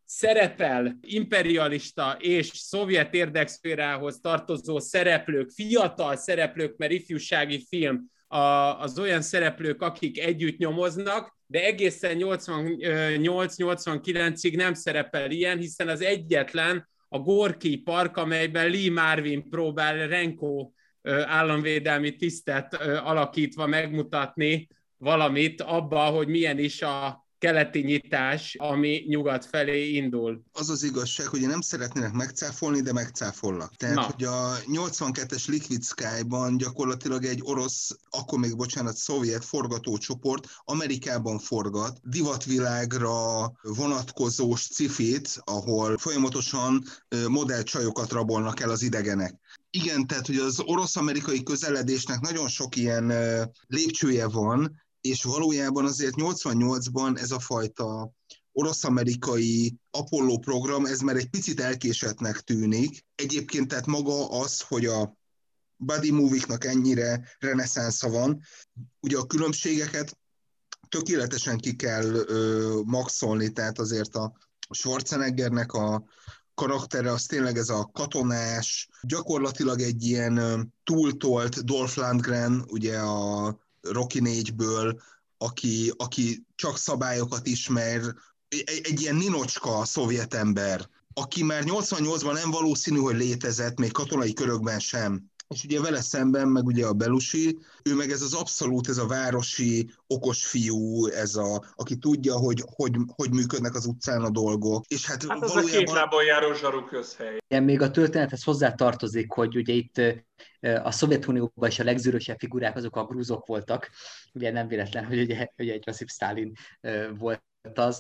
szerepel imperialista és szovjet érdekszférához tartozó szereplők, fiatal szereplők, mert ifjúsági film, az olyan szereplők, akik együtt nyomoznak, de egészen 88-89-ig nem szerepel ilyen, hiszen az egyetlen a Gorki Park, amelyben Lee Marvin próbál Renko államvédelmi tisztet alakítva megmutatni valamit abba, hogy milyen is a keleti nyitás, ami nyugat felé indul. Az az igazság, hogy nem szeretnének megcáfolni, de megcáfolnak. Tehát, hogy a 82-es Liquid Sky-ban gyakorlatilag egy orosz, akkor még szovjet forgatócsoport Amerikában forgat, divatvilágra vonatkozó scifit, ahol folyamatosan modellcsajokat rabolnak el az idegenek. Igen, tehát, hogy az orosz-amerikai közeledésnek nagyon sok ilyen lépcsője van, és valójában azért 88-ban ez a fajta orosz-amerikai Apollo program, ez már egy picit elkésettnek tűnik. Egyébként tehát maga az, hogy a buddy movie-knak ennyire reneszánsza van, ugye a különbségeket tökéletesen ki kell maxolni, tehát azért a Schwarzeneggernek a karaktere az tényleg ez a katonás, gyakorlatilag egy ilyen túltolt Dolph Lundgren, ugye a Rocky 4-ből, aki csak szabályokat ismer, egy ilyen ninocska szovjet ember, aki már 88-ban nem valószínű, hogy létezett, még katonai körökben sem. És ugye vele szemben, meg ugye a Belushi, ő meg ez az abszolút, ez a városi, okos fiú, aki tudja, hogy működnek az utcán a dolgok. És hát az valójában... a két lábon járó zsaru közhely. Igen, még a történethez hozzá tartozik, hogy ugye itt a Szovjetunióban is a legzűrösebb figurák azok a grúzok voltak. Ugye nem véletlen, hogy ugye egy Josip Sztálin volt az,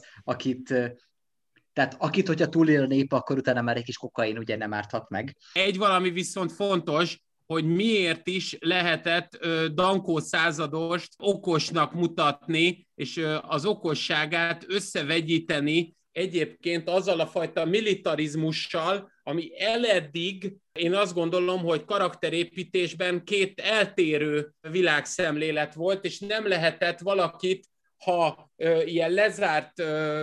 akit, hogyha túlél a nép, akkor utána már egy kis kokain ugye nem árthat meg. Egy valami viszont fontos, hogy miért is lehetett Dankó századost okosnak mutatni, és az okosságát összevegyíteni egyébként azzal a fajta militarizmussal, ami eleddig, én azt gondolom, hogy karakterépítésben két eltérő világszemlélet volt, és nem lehetett valakit, ha ilyen lezárt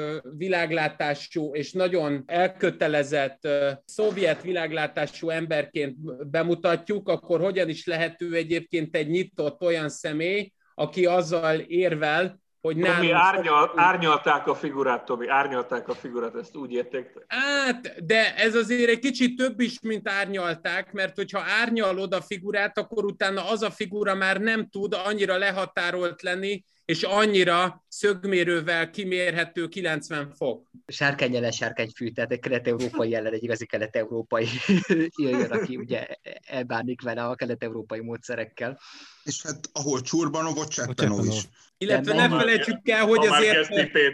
világlátású és nagyon elkötelezett szovjet világlátású emberként bemutatjuk, akkor hogyan is lehet ő egyébként egy nyitott olyan személy, aki azzal érvel, hogy Tomi, árnyalták a figurát, Tomi, árnyalták a figurát, ezt úgy érték. Hát, de ez azért egy kicsit több is, mint árnyalták, mert hogyha árnyalod a figurát, akkor utána az a figura már nem tud annyira lehatárolt lenni, és annyira szögmérővel kimérhető 90 fok. Sárkányeles sárkányfű, tehát egy kelet-európai ellen egy igazi kelet-európai jön, aki ugye elbánik vele a kelet-európai módszerekkel. És hát ahol Csurbanov, ott Csettanov is. Illetve ne felejtsük el, hogy azért...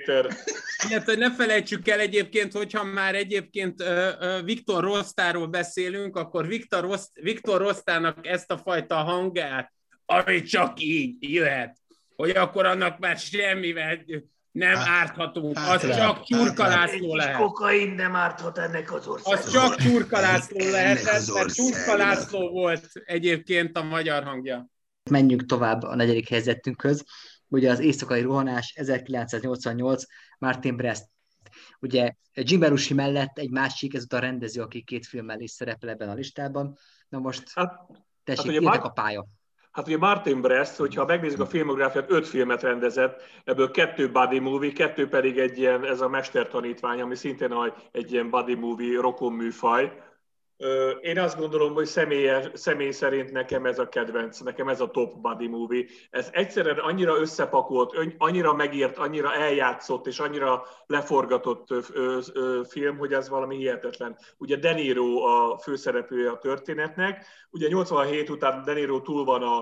Illetve ne felejtsük el egyébként, hogyha már egyébként Viktor Rostáról beszélünk, akkor Viktor Rostának ezt a fajta hangját, ami csak így jöhet, hogy akkor annak már semmivel nem árthatunk, az csak Csurka László lehet. Kokain nem árthat ennek az országnak. Az csak Csurka László lehetett, mert Csurka László volt egyébként a magyar hangja. Menjünk tovább a negyedik helyzetünkhöz. Ugye az éjszakai rohanás 1988, Martin Brest. Ugye Jim Belushi mellett egy másik, ez a rendező, aki két filmmel is szerepel ebben a listában. Na most tessék, írtek a pálya. Hát ugye Martin Brest, hogyha megnézzük a filmográfiát, 5 filmet rendezett, ebből 2 buddy movie, 2 pedig egy ilyen, ez a mestertanítvány, ami szintén egy ilyen buddy movie, rokon műfaj. Én azt gondolom, hogy személy szerint nekem ez a kedvenc, nekem ez a top buddy movie. Ez egyszerűen annyira összepakolt, annyira megírt, annyira eljátszott és annyira leforgatott film, hogy ez valami hihetetlen. Ugye De Niro a főszereplője a történetnek. Ugye 87 után De Niro túl van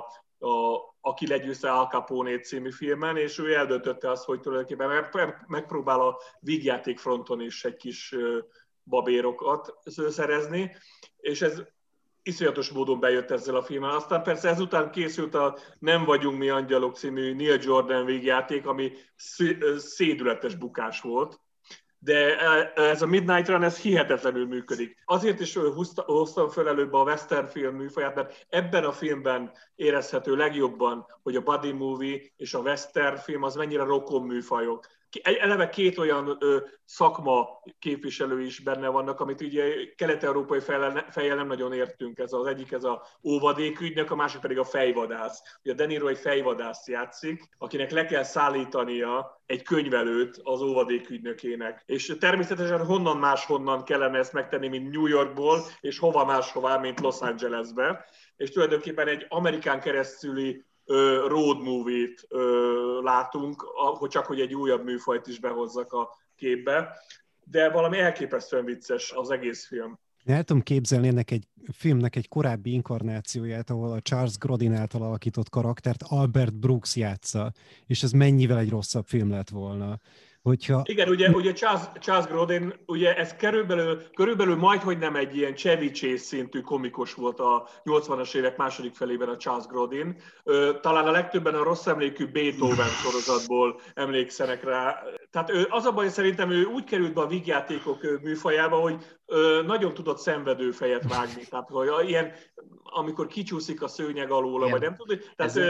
Aki legyőzte Al Capone című filmen, és ő eldöntötte azt, hogy tulajdonképpen megpróbál a vígjáték fronton is egy kis babérokat szerezni, és ez iszonyatos módon bejött ezzel a filmmel. Aztán persze ezután készült a Nem vagyunk mi angyalok című Neil Jordan végjáték, ami szédületes bukás volt, de ez a Midnight Run, ez hihetetlenül működik. Azért is hoztam fel előbb a western film műfaját, mert ebben a filmben érezhető legjobban, hogy a buddy movie és a western film az mennyire rokon műfajok. eleve két olyan szakma képviselő is benne vannak, amit ugye kelet-európai fejjel nem nagyon értünk. Az egyik ez a óvadékügynök, a másik pedig a fejvadász. Ugye De Niro egy fejvadászt játszik, akinek le kell szállítania egy könyvelőt az óvadékügynökének. És természetesen honnan kellene ezt megtenni, mint New Yorkból, és hova máshová, mint Los Angelesbe. És tulajdonképpen egy Amerikán keresztüli road movie-t látunk, hogy egy újabb műfajt is behozzak a képbe, de valami elképesztően vicces az egész film. El tudom képzelni ennek egy filmnek egy korábbi inkarnációját, ahol a Charles Grodin által alakított karaktert Albert Brooks játsza, és ez mennyivel egy rosszabb film lett volna. Hogyha... Igen, ugye Charles Grodin, ugye ez körülbelül majdhogy nem egy ilyen Chevy Chase szintű komikus volt a 80-as évek második felében a Charles Grodin. Talán a legtöbben a rossz emlékű Beethoven sorozatból emlékszenek rá. Tehát az a baj, szerintem ő úgy került be a vígjátékok műfajába, hogy nagyon tudott szenvedő fejet vágni. Tehát, hogy ilyen, amikor kicsúszik a szőnyeg alól, vagy nem tudod.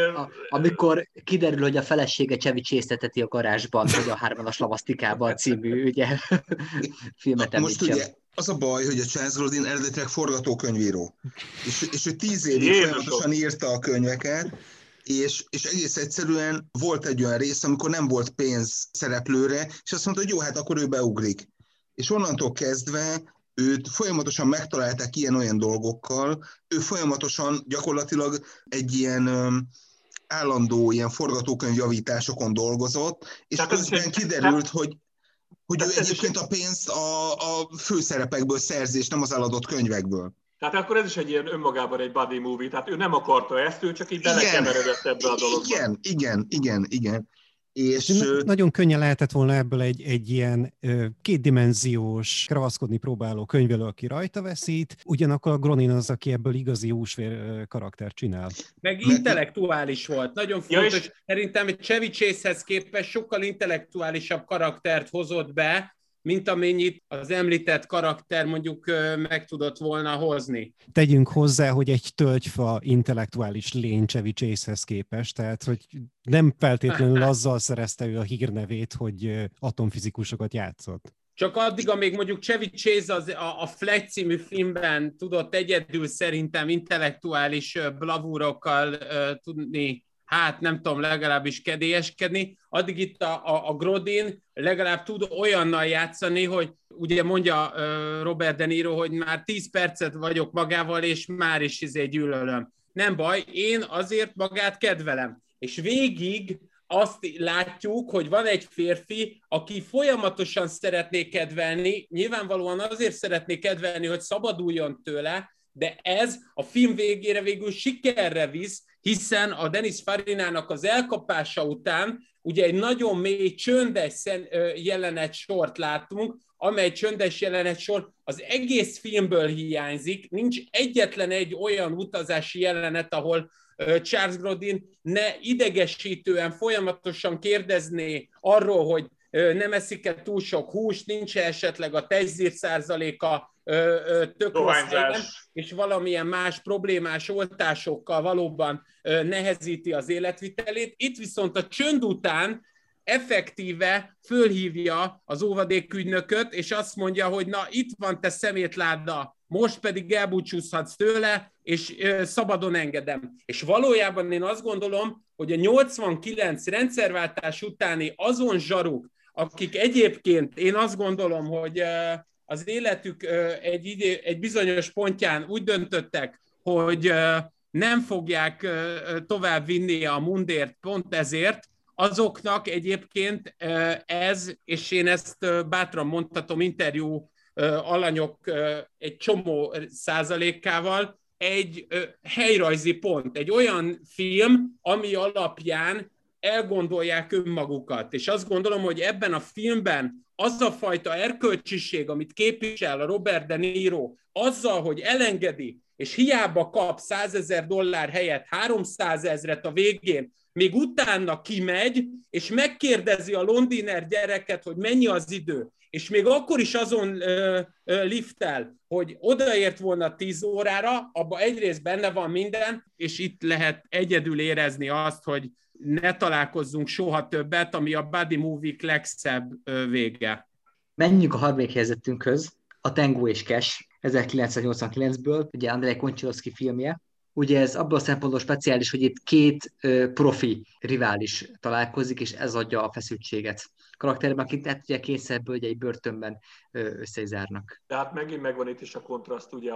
Amikor kiderül, hogy a felesége Chevy Chase-teteti a garázsban, hogy a Hármanas Lavasztikában című ugye, filmet említsem. Most ugye az a baj, hogy a Charles Grodin eredetileg forgatókönyvíró. És ő 10 évig folyamatosan írta a könyveket, és egész egyszerűen volt egy olyan rész, amikor nem volt pénz szereplőre, és azt mondta, hogy jó, hát akkor ő beugrik. És onnantól kezdve őt folyamatosan megtalálták ilyen-olyan dolgokkal, ő folyamatosan gyakorlatilag egy ilyen állandó ilyen forgatókönyvjavításokon dolgozott, és közben kiderült, hogy ő egyébként a pénzt a főszerepekből szerzi, és nem az eladott könyvekből. Tehát akkor ez is egy ilyen önmagában egy buddy movie, tehát ő nem akarta ezt, ő csak így belekeveredett ebbe a dologba. Igen. És nagyon könnyen lehetett volna ebből egy ilyen kétdimenziós, kravaszkodni próbáló könyvelő, aki rajta veszít, ugyanakkor a Grodin az, aki ebből igazi húsvér karaktert csinál. Meg intellektuális volt. Nagyon fontos. Szerintem egy Chevy Chase-hez képest sokkal intellektuálisabb karaktert hozott be, mint amennyit az említett karakter mondjuk meg tudott volna hozni. Tegyünk hozzá, hogy egy tölgyfa intellektuális lény Chevy Chase-hez képest, tehát hogy nem feltétlenül azzal szerezte ő a hírnevét, hogy atomfizikusokat játszott. Csak addig, amíg mondjuk Chevy Chase a Fletch című filmben tudott egyedül szerintem intellektuális bravúrokkal tudni, hát nem tudom, legalábbis kedélyeskedni, addig itt a Grodin legalább tud olyannal játszani, hogy ugye mondja Robert De Niro, hogy már 10 percet vagyok magával, és már is gyűlölöm. Nem baj, én azért magát kedvelem. És végig azt látjuk, hogy van egy férfi, aki folyamatosan szeretné kedvelni, nyilvánvalóan azért szeretné kedvelni, hogy szabaduljon tőle, de ez a film végére végül sikerre visz, hiszen a Dennis Farinának az elkapása után ugye egy nagyon mély, csöndes jelenet sort látunk, amely csöndes jelenet sor az egész filmből hiányzik, nincs egyetlen egy olyan utazási jelenet, ahol Charles Grodin ne idegesítően folyamatosan kérdezné arról, hogy nem eszik-e túl sok húst, nincs esetleg a tejzír százaléka tök rossz helyen, és valamilyen más problémás oltásokkal valóban nehezíti az életvitelét. Itt viszont a csönd után effektíve fölhívja az óvadékügynököt, és azt mondja, hogy na itt van te szemétláda, most pedig elbúcsúzhatsz tőle, és szabadon engedem. És valójában én azt gondolom, hogy a 89 rendszerváltás utáni azon zsaruk, akik egyébként én azt gondolom, hogy az életük egy bizonyos pontján úgy döntöttek, hogy nem fogják tovább vinni a mundért pont ezért, azoknak egyébként ez, és én ezt bátran mondhatom interjú alanyok egy csomó százalékával, egy helyrajzi pont, egy olyan film, ami alapján elgondolják önmagukat. És azt gondolom, hogy ebben a filmben az a fajta erkölcsiség, amit képvisel a Robert De Niro, azzal, hogy elengedi, és hiába kap $100,000 helyett 300,000 a végén, még utána kimegy, és megkérdezi a Londiner gyereket, hogy mennyi az idő, és még akkor is azon liftel, hogy odaért volna 10 órára, abban egyrészt benne van minden, és itt lehet egyedül érezni azt, hogy ne találkozzunk soha többet, ami a buddy movie-k legszebb vége. Menjünk a harmadik helyzetünkhöz, a Tango és Cash 1989-ből, ugye Andrei Konchalovsky filmje. Ugye ez abból a szempontból speciális, hogy itt két profi rivális találkozik, és ez adja a feszültséget. Karakterben, akik ugye kényszerből ugye egy börtönben összezárnak. Tehát megint megvan itt is a kontraszt, ugye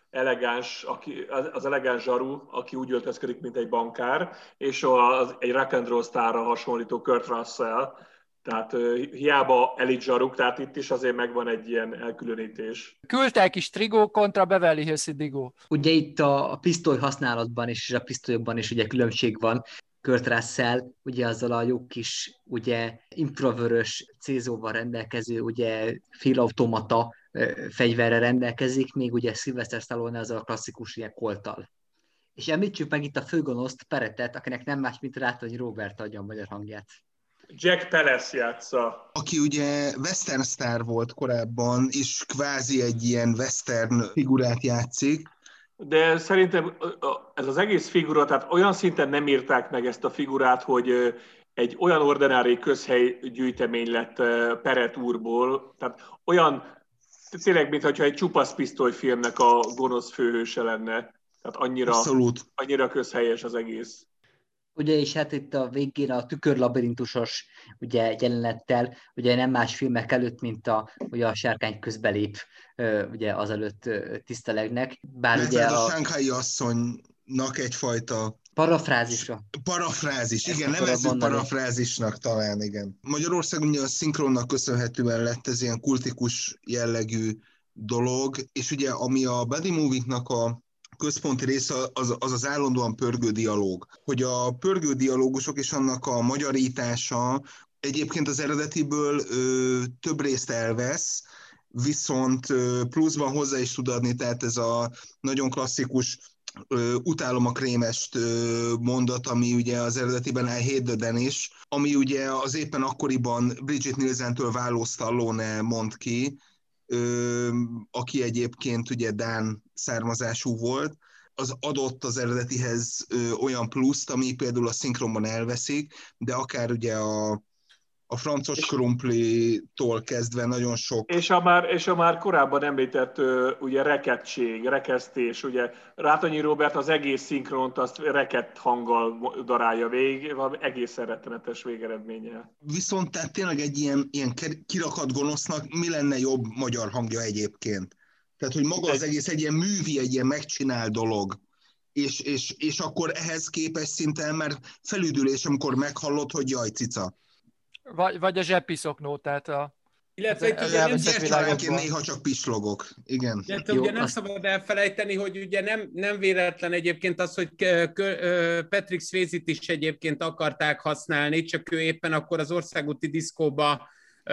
az elegáns zsaru, aki úgy öltözködik, mint egy bankár, és egy rock and roll sztárra hasonlító Kurt Russell, tehát hiába elit zsaruk, tehát itt is azért megvan egy ilyen elkülönítés. Küldtek is Trigó kontra Beverly Hills Digo. Ugye itt a pisztoly használatban és a pisztolyokban is ugye különbség van. Kurt Russell, ugye azzal a jó kis, ugye infravörös cézóval rendelkező, ugye félautomata fegyverre rendelkezik, még ugye Sylvester Stallone azzal a klasszikus ilyen kolttal. És említsük meg itt a főgonoszt, Peretet, akinek nem más, mint Rátonyi Róbert adja a magyar hangját. Jack Palance játsza. Aki ugye western sztár volt korábban, és kvázi egy ilyen western figurát játszik. De szerintem ez az egész figura, tehát olyan szinten nem írták meg ezt a figurát, hogy egy olyan ordinári közhely gyűjtemény lett Peret úrból, tehát olyan, tényleg, mintha egy csupasz pisztolyfilmnek a gonosz főhőse lenne. Tehát annyira közhelyes az egész. Ugye, és hát itt a végén a tükörlabirintusos ugye, jelenettel, ugye nem más filmek előtt, mint ugye a sárkány közbelép, ugye azelőtt tisztelegnek. Bár ugye a Sánghái asszonynak egyfajta parafrázis, igen, nevezzük parafrázisnak talán, igen. Magyarországon ugye a szinkronnak köszönhetően lett ez ilyen kultikus jellegű dolog, és ugye ami a buddy movie-knak a központi része az állandóan pörgő dialóg. Hogy a pörgő dialógusok és annak a magyarítása egyébként az eredetiből több részt elvesz, viszont pluszban hozzá is tud adni, tehát ez a nagyon klasszikus utálom a krémest mondat, ami ugye az eredetiben I hate the Danish, ami ugye az éppen akkoriban Bridget Nielsentől váló Stallone mond ki, aki egyébként ugye dán származású volt, az adott az eredetihez olyan pluszt, ami például a szinkronban elveszik, de akár ugye a francos krumplitól kezdve nagyon sok. És a már korábban említett ugye rekesztés, ugye Rátonyi Róbert az egész szinkront azt rekett hanggal darálja végig, valami egészen rettenetes végeredménnyel. Viszont tehát tényleg egy ilyen kirakat gonosznak mi lenne jobb magyar hangja egyébként? Tehát, hogy maga az egész egy ilyen művi, egy ilyen megcsinál dolog. És akkor ehhez képest szinten már felüdülés, amikor meghallod, hogy jaj, cica. Vagy a zseppiszoknó, tehát illetve itt ugye néha csak pislogok. Igen. Illetve ugye nem szabad elfelejteni, hogy ugye nem véletlen egyébként az, hogy Patrick Swayze-t is egyébként akarták használni, csak ő éppen akkor az országúti diszkóba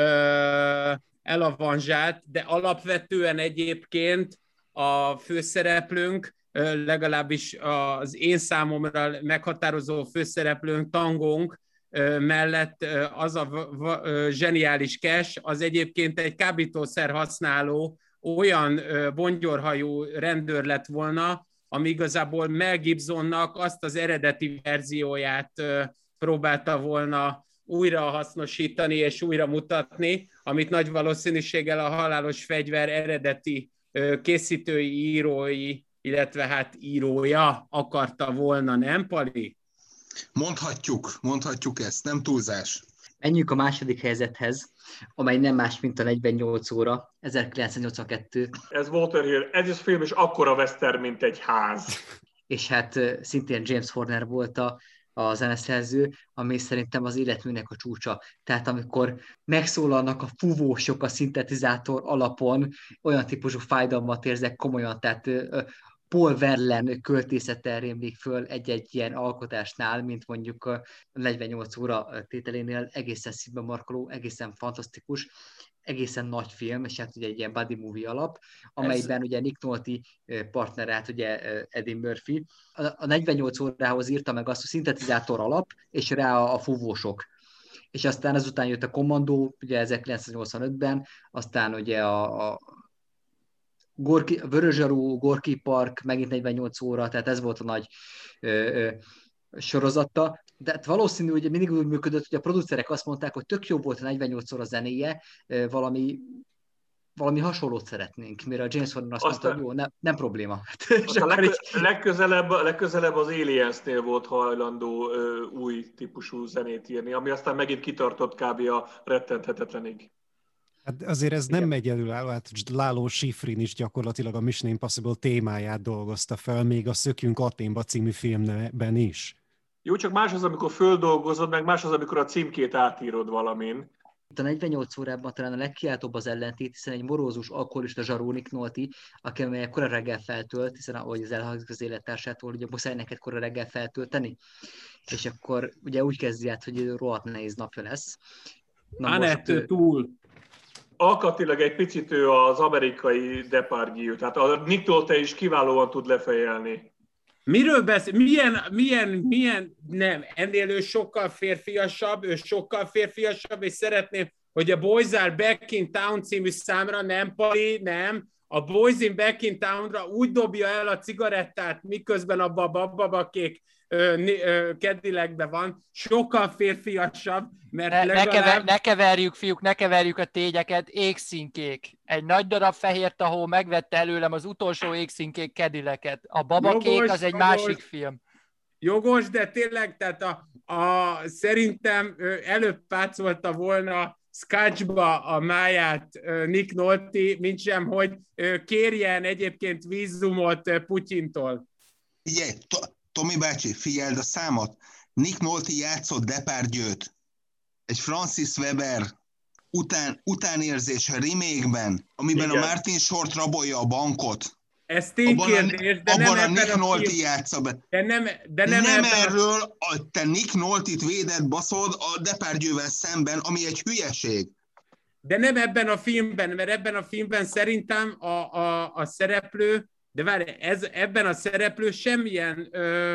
elavanzsált, de alapvetően egyébként a főszereplőnk, legalábbis az én számomra meghatározó főszereplőnk, tangónk, mellett az a zseniális Cash, az egyébként egy kábítószer használó olyan bongyorhajú rendőr lett volna, ami igazából Mel Gibsonnak azt az eredeti verzióját próbálta volna újra hasznosítani és újra mutatni, amit nagy valószínűséggel a Halálos fegyver eredeti készítői, írói, illetve hát írója akarta volna, nem, Pali? Mondhatjuk ezt, nem túlzás. Menjünk a második helyzethez, amely nem más, mint a 48 óra, 1982. Ez Walter Hill, ez is film is akkora western, mint egy ház. És hát szintén James Horner volt a zeneszerző, ami szerintem az életműnek a csúcsa. Tehát amikor megszólalnak a fúvósok a szintetizátor alapon, olyan típusú fájdalmat érzek komolyan, tehát Paul Verlaine költészete rémlik föl egy-egy ilyen alkotásnál, mint mondjuk a 48 óra tételénél, egészen szívbe markoló, egészen fantasztikus, egészen nagy film, és hát ugye egy ilyen buddy movie alap, amelyben ugye Nick Nolte partnerát, ugye Eddie Murphy. A 48 órához írta meg azt, hogy szintetizátor alap, és rá a fúvósok. és aztán ezután jött a Commando, ugye 1985-ben, aztán ugye a Vöröszsarú, Gorki Park, megint 48 óra, tehát ez volt a nagy ö, ö, sorozata, de hát valószínű, hogy mindig úgy működött, hogy a producerek azt mondták, hogy tök jó volt a 48 óra zenéje, valami hasonlót szeretnénk, mire a James Horner azt mondta, hogy jó, nem probléma. Legközelebb az Aliensnél volt hajlandó új típusú zenét írni, ami aztán megint kitartott kb. A rettenthetetlenig. Hát azért ez nem megy előálló, hát Lalo Schifrin is gyakorlatilag a Mission Impossible témáját dolgozta fel, még a Szökjünk Athénba című filmben is. Jó, csak más az, amikor földolgozod, meg más az, amikor a címkét átírod valamin. Itt a 48 órában talán a legkiáltóbb az ellentét, hiszen egy morózus alkoholista zsaró Nick Nolte, aki kora reggel feltölt, hiszen ahogy az elhangzik az élettársától, ugye muszáj neked kora reggel feltölteni, és akkor ugye úgy kezdi át, hogy rohadt nehéz napja lesz. Annette túl. Alkatilag egy picit ő az amerikai Depardieu, tehát a Nick Nolte is kiválóan tud lefejelni. Miről beszél? Milyen, nem, ennél ő sokkal férfiasabb, és szeretném, hogy a Boys Are Back in Town című számra nem, Pali, nem, a Boys in Back in Townra úgy dobja el a cigarettát, miközben abban a babakék Cadillacben van, sokkal férfiasabb, mert legalább... Ne keverjük, fiúk, ne keverjük a tényeket, égszínkék. Egy nagy darab fehér tahó megvette előlem az utolsó égszínkék Cadillacet. A babakék az egy másik film. Jogos, de tényleg, tehát szerintem előbb pácolta volna Scotchba a máját Nick Nolte, mintsem, hogy kérjen egyébként vízumot Putyintól. Figyelj, Tomi bácsi, figyeld a számot. Nick Nolte játszott Depardieu-t egy Francis Weber utánérzés remake-ben, amiben igen, a Martin Short rabolja a bankot. Ez ténykérdés, de nem abban a Nick Nolte játsza be. De nem erről te Nick Nolte-t védett, baszod a Depardieu-vel szemben, ami egy hülyeség. De nem ebben a filmben, mert ebben a filmben szerintem a szereplő, de várj, ebben a szereplő semmilyen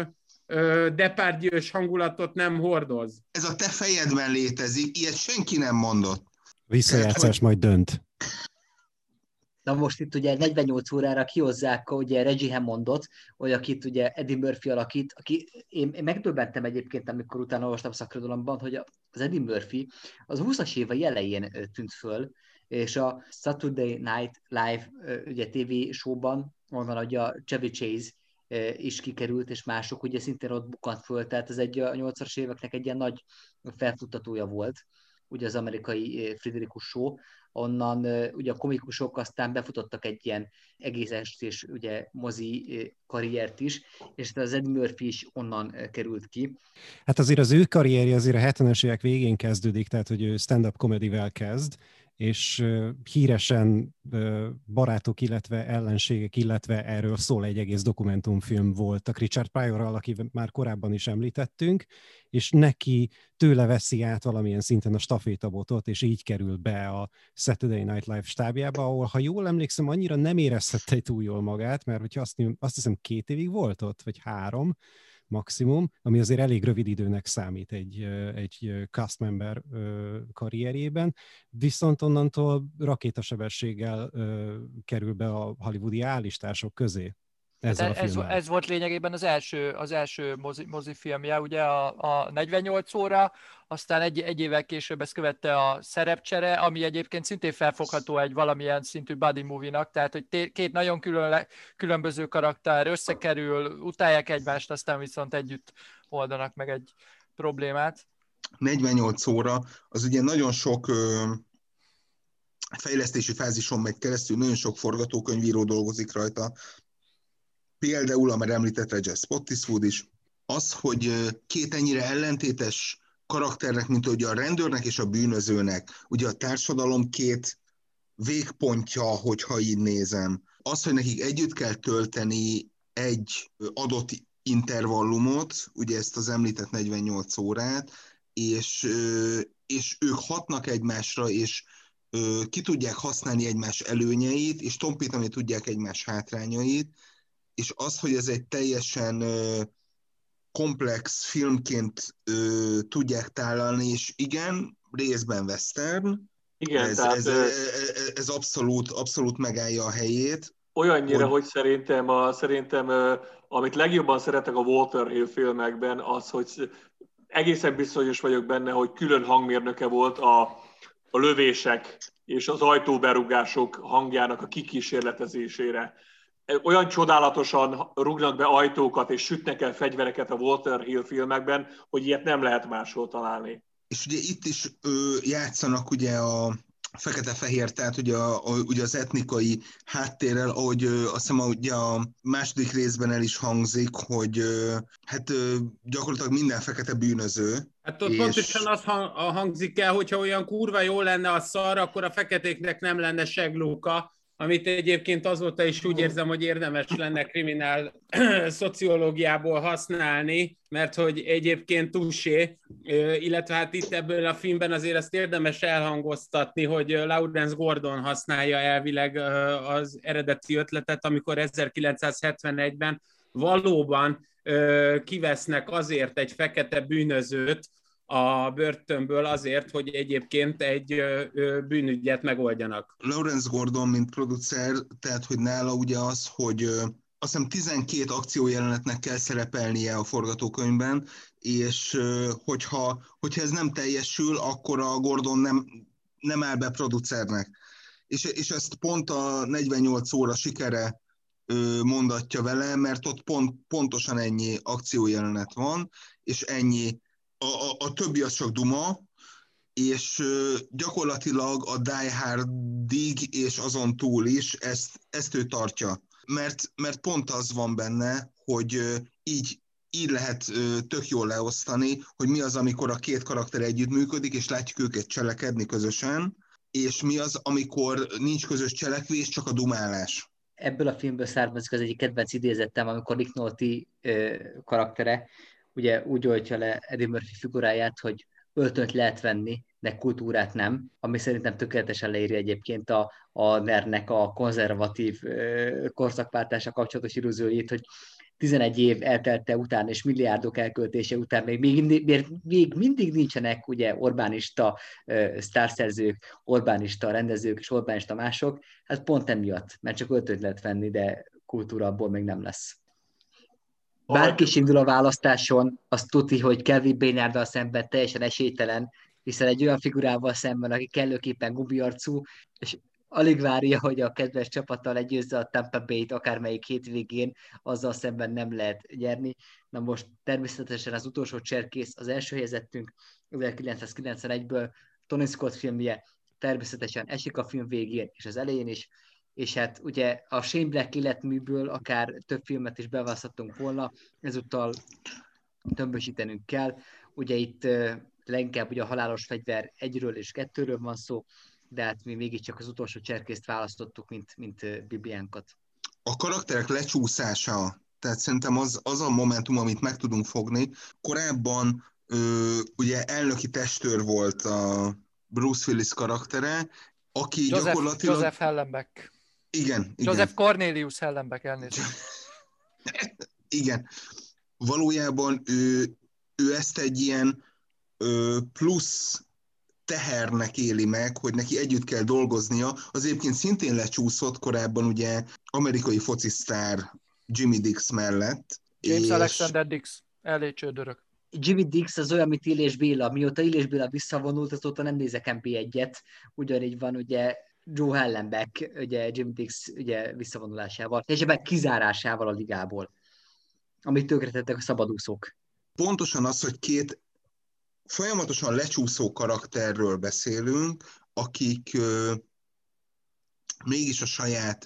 Depardieu-s hangulatot nem hordoz. Ez a te fejedben létezik, ilyet senki nem mondott. Visszajátszás majd dönt. Na most itt ugye 48 órára kihozzák ugye Reggie Hammondot, akit ugye Eddie Murphy alakít, én megdöbbentem egyébként, amikor utána olvastam szakirodalomban, hogy az Eddie Murphy az 20-as évei elején tűnt föl, és a Saturday Night Live ugye TV showban, onnan ugye a Chevy Chase is kikerült, és mások ugye szintén ott bukant föl, tehát ez a 80-as éveknek egy ilyen nagy felfuttatója volt, ugye az amerikai Friderikus Show, onnan ugye a komikusok aztán befutottak egy ilyen egész estés ugye mozi karriert is, és az Eddie Murphy is onnan került ki. Hát azért az ő karrierje azért a 70-es évek végén kezdődik, tehát hogy ő stand-up comedy-vel kezd, és híresen barátok, illetve ellenségek, illetve erről szól egy egész dokumentumfilm volt a Richard Pryorral, akit már korábban is említettünk, és neki tőle veszi át valamilyen szinten a stafétabotot, és így kerül be a Saturday Night Live stábjába, ahol, ha jól emlékszem, annyira nem érezhette túl jól magát, mert hogyha azt hiszem 2 évig volt ott, vagy 3 maximum, ami azért elég rövid időnek számít egy cast member karrierjében, viszont onnantól rakétasebességgel kerül be a hollywoodi állistások közé. Ez volt lényegében az első mozifilmje, ugye a 48 óra, aztán egy évvel később ezt követte a Szerepcsere, ami egyébként szintén felfogható egy valamilyen szintű buddy movie-nak, tehát hogy két nagyon különböző karakter összekerül, utálják egymást, aztán viszont együtt oldanak meg egy problémát. 48 óra, az ugye nagyon sok fejlesztési fázison megy keresztül, nagyon sok forgatókönyvíró dolgozik rajta, például, amire említett Regis Spottiswoode is, az, hogy két ennyire ellentétes karakternek, mint ugye a rendőrnek és a bűnözőnek, ugye a társadalom két végpontja, hogyha így nézem. Az, hogy nekik együtt kell tölteni egy adott intervallumot, ugye ezt az említett 48 órát, és ők hatnak egymásra, és ki tudják használni egymás előnyeit, és tompítani tudják egymás hátrányait, és az, hogy ez egy teljesen komplex filmként tudják tálalni, és igen, részben western. Igen, ez abszolút megállja a helyét. Olyannyira, hogy szerintem amit legjobban szeretek a Walter Hill filmekben, az, hogy egészen bizonyos vagyok benne, hogy külön hangmérnöke volt a lövések és az ajtóberugások hangjának a kikísérletezésére. Olyan csodálatosan rúgnak be ajtókat és sütnek el fegyvereket a Walter Hill filmekben, hogy ilyet nem lehet máshol találni. És ugye itt is játszanak ugye a fekete-fehér, tehát ugye az etnikai háttérrel, ahogy azt hiszem, ugye a második részben el is hangzik, hogy gyakorlatilag minden fekete bűnöző. Hát ott pontosan az hangzik el, hogyha olyan kurva jó lenne a szar, akkor a feketéknek nem lenne seglóka, amit egyébként azóta is úgy érzem, hogy érdemes lenne kriminál szociológiából használni, mert hogy egyébként touché, illetve hát itt ebből a filmben azért azt érdemes elhangoztatni, hogy Lawrence Gordon használja elvileg az eredeti ötletet, amikor 1971-ben valóban kivesznek azért egy fekete bűnözőt a börtönből azért, hogy egyébként egy bűnügyet megoldjanak. Lawrence Gordon, mint producer, tehát hogy nála ugye az, hogy azt hiszem 12 akciójelenetnek kell szerepelnie a forgatókönyvben, és hogyha ez nem teljesül, akkor a Gordon nem áll be producernek. És ezt pont a 48 óra sikere mondatja vele, mert ott pontosan ennyi akciójelenet van, és ennyi. A többi az csak duma, és gyakorlatilag a Die Hardig és azon túl is ezt ő tartja. Mert pont az van benne, hogy így lehet tök jól leosztani, hogy mi az, amikor a két karakter együttműködik, és látjuk őket cselekedni közösen, és mi az, amikor nincs közös cselekvés, csak a dumálás. Ebből a filmből származik az egyik kedvenc idézettem, amikor Nick Nolte karaktere ugye úgy oltja le Eddie Murphy figuráját, hogy öltönyt lehet venni, de kultúrát nem, ami szerintem tökéletesen leírja egyébként a NER-nek a konzervatív korszakváltása kapcsolatos illúzióit, hogy 11 év eltelte után és milliárdok elköltése után még mindig nincsenek ugye Orbánista sztárszerzők, Orbánista rendezők és Orbánista mások, hát pont emiatt, mert csak öltönyt lehet venni, de kultúra abból még nem lesz. Bárki is indul a választáson, azt tuti, hogy Kelvin Bayarddal szemben teljesen esélytelen, hiszen egy olyan figurával szemben, aki kellőképpen gubiarcú, és alig várja, hogy a kedves csapattal legyőzze a Tampa Bay-t akármelyik hétvégén, azzal szemben nem lehet nyerni. Na most természetesen az utolsó cserkész, az első helyezettünk 1991-ből, Tony Scott filmje, természetesen esik a film végén és az elején is, és hát ugye a Shane Black életműből akár több filmet is beválasztottunk volna, ezúttal tömbösítenünk kell. Ugye itt leginkább ugye a halálos fegyver 1-ről és 2-ről van szó, de hát mi mégiscsak az utolsó cserkészt választottuk, mint Bibiánkat. A karakterek lecsúszása, tehát szerintem az a momentum, amit meg tudunk fogni. Korábban ugye elnöki testőr volt a Bruce Willis karaktere, aki gyakorlatilag... Joseph Hallenbeck. Igen. Joseph Cornelius Hallenbeck, elnézést. Igen. Valójában ő ezt egy ilyen plusz tehernek éli meg, hogy neki együtt kell dolgoznia. Az egyébként szintén lecsúszott korábban ugye amerikai focisztár Jimmy Dix mellett. James Alexander Dix, elég csődörök. Jimmy Dix az olyan, mint Illés Béla. Mióta Illés Béla visszavonult, azóta nem nézek MP1-et. Ugyanígy van ugye Joe Hallenbeck, ugye Jimmy Dix ugye visszavonulásával, és ebben kizárásával a ligából, amit tönkretettek a szabadúszók. Pontosan az, hogy két folyamatosan lecsúszó karakterről beszélünk, akik mégis a saját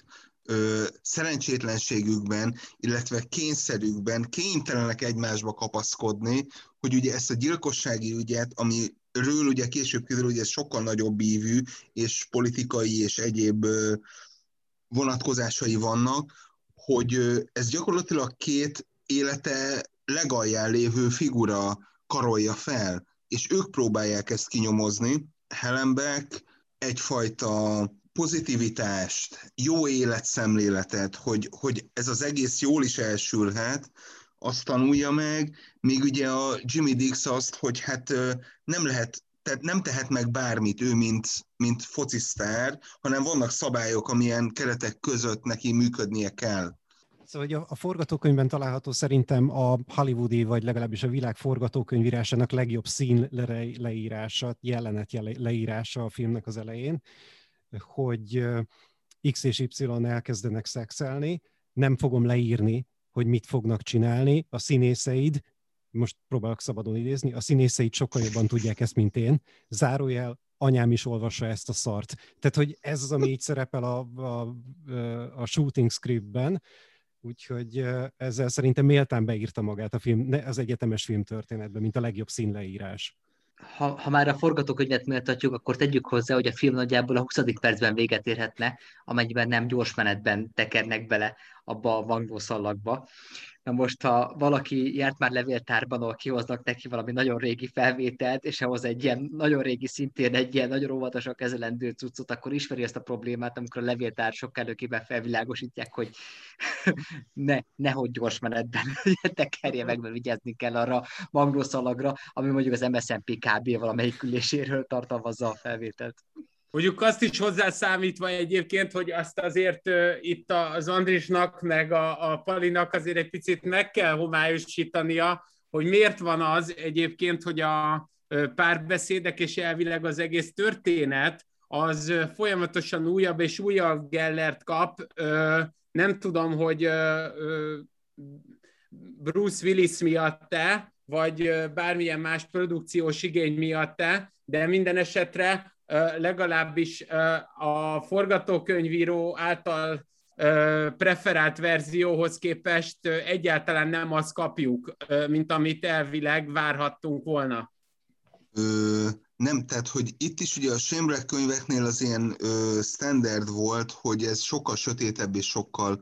szerencsétlenségükben, illetve kényszerükben kénytelenek egymásba kapaszkodni, hogy ugye ezt a gyilkossági ügyet, amiről ugye később kiderül, hogy ez sokkal nagyobb ívű, és politikai és egyéb vonatkozásai vannak, hogy ez gyakorlatilag két élete legalján lévő figura karolja fel, és ők próbálják ezt kinyomozni. Hallenbeck egyfajta pozitivitást, jó életszemléletet, hogy ez az egész jól is elsülhet, azt tanulja meg, még ugye a Jimmy Dix azt, hogy hát nem lehet, tehát nem tehet meg bármit ő, mint focisztár, hanem vannak szabályok, amilyen keretek között neki működnie kell. Szóval hogy a forgatókönyvben található szerintem a hollywoodi, vagy legalábbis a világ forgatókönyvírásának legjobb szín leírása, jelenet leírása a filmnek az elején, hogy X és Y elkezdenek szexelni, nem fogom leírni, hogy mit fognak csinálni, a színészeid, most próbálok szabadon idézni, a színészeid sokkal jobban tudják ezt, mint én, zárójel, anyám is olvassa ezt a szart. Tehát, hogy ez az, ami így szerepel a shooting scriptben, úgyhogy ezzel szerintem méltán beírta magát a film, az egyetemes filmtörténetben, mint a legjobb színleírás. Ha már a forgatókönyvet méltatjuk, akkor tegyük hozzá, hogy a film nagyjából a 20. percben véget érhetne, amennyiben nem gyors menetben tekernek bele abba a vanglószallagba. Na most, ha valaki járt már levéltárban, ahol kihoznak neki valami nagyon régi felvételt, és ahhoz egy ilyen nagyon régi, szintén egy ilyen nagyon óvatosan kezelendő cuccot, akkor ismeri ezt a problémát, amikor a levéltársok előképpen felvilágosítják, hogy nehogy gyors menetben tekerje meg, mert vigyázni kell arra a manglószalagra, ami mondjuk az MSZNP KB valamelyik üléséről tartalmazza a felvételt. Mondjuk azt is hozzászámítva egyébként, hogy azt azért itt az Andrisnak, meg a Palinak azért egy picit meg kell homályosítania, hogy miért van az egyébként, hogy a párbeszédek és elvileg az egész történet az folyamatosan újabb és újabb gellert kap. Nem tudom, hogy Bruce Willis miatt-e, vagy bármilyen más produkciós igény miatt-e, de minden esetre legalábbis a forgatókönyvíró által preferált verzióhoz képest egyáltalán nem azt kapjuk, mint amit elvileg várhattunk volna. Nem, tehát hogy itt is ugye a Shane könyveknél az ilyen standard volt, hogy ez sokkal sötétebb és sokkal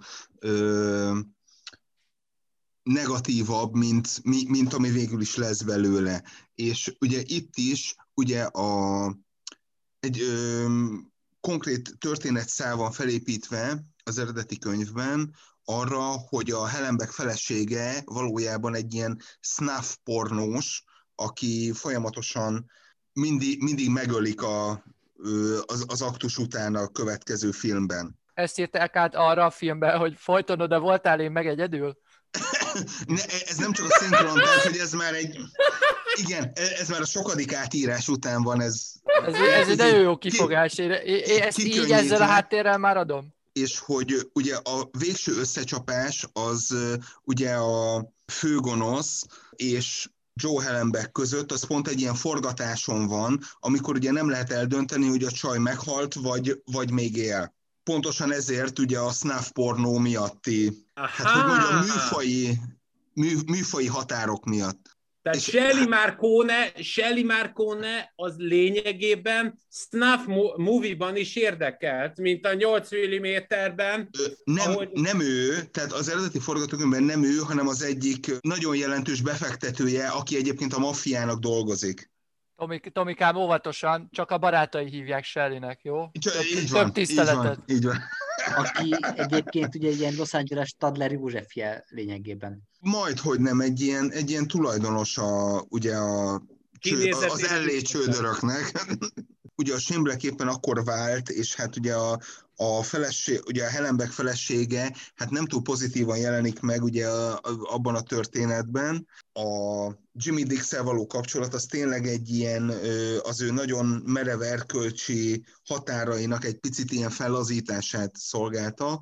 negatívabb, mint ami végül is lesz belőle. És ugye itt is ugye egy konkrét történetszál van felépítve az eredeti könyvben arra, hogy a Hellenbeck felesége valójában egy ilyen snuff pornós, aki folyamatosan mindig megölik az aktus után a következő filmben. Ezt írták át arra a filmben, hogy folyton oda voltál én meg egyedül? Ez nem csak a szinkron, tehát hogy ez már egy... Igen, ez már a sokadik átírás után van. Ez egy nagyon jó kifogás. Én ezt így ezzel a háttérrel már adom. És hogy ugye a végső összecsapás az ugye a főgonosz és Joe Hellenbeck között, az pont egy ilyen forgatáson van, amikor ugye nem lehet eldönteni, hogy a csaj meghalt, vagy még él. Pontosan ezért ugye a snuff pornó miatti, hát hogy mondjam, műfaji határok miatt. Tehát Shelley Marcone az lényegében snuff movie-ban is érdekelt, mint a 8 mm-ben. Nem ő, tehát az eredeti forgatókönyvben nem ő, hanem az egyik nagyon jelentős befektetője, aki egyébként a maffiának dolgozik. Tomikám, óvatosan, csak a barátai hívják Shelleynek, jó? Több tiszteletet. Így van. Aki egyébként ugye ilyen Los Angeles Stadler Józsefje lényegében. Majdhogy nem, egy ilyen tulajdonos ugye az LA csődöröknek. Ugye a Shane Black éppen akkor vált, és hát ugye a Hellenbeck felesége hát nem túl pozitívan jelenik meg ugye abban a történetben. A Jimmy Dix-el való kapcsolat az tényleg egy ilyen, az ő nagyon merev erkölcsi határainak egy picit ilyen fellazítását szolgálta.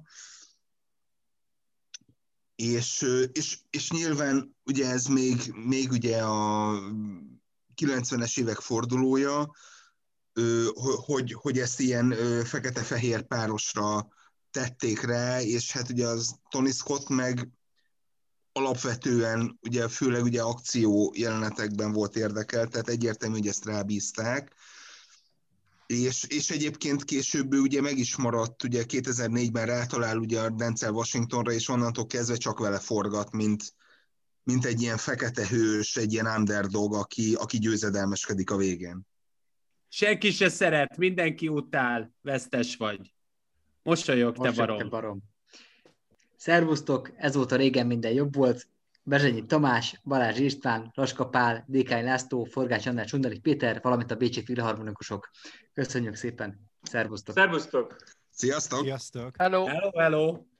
És nyilván ugye ez még ugye a 90-es évek fordulója, hogy ezt ilyen fekete-fehér párosra tették rá, és hát ugye az Tony Scott meg alapvetően ugye főleg ugye akció jelenetekben volt érdekelt, tehát egyértelmű, hogy ezt rábízták. És egyébként később ő ugye meg is maradt, ugye 2004-ben rátalál ugye a Denzel Washingtonra, és onnantól kezdve csak vele forgat, mint egy ilyen fekete hős, egy ilyen underdog, aki győzedelmeskedik a végén. Senki se szeret, mindenki utál, vesztes vagy. Mosolyog, te barom. Szervusztok, ezóta régen minden jobb volt. Berzsenyi Tamás, Balázs István, Laska Pál, Dékány László, Forgács András, Csundarik Péter, valamint a bécsi filharmonikusok. Köszönjük szépen! Szervusztok! Szervusztok! Sziasztok! Sziasztok! Hello! Hello, hello!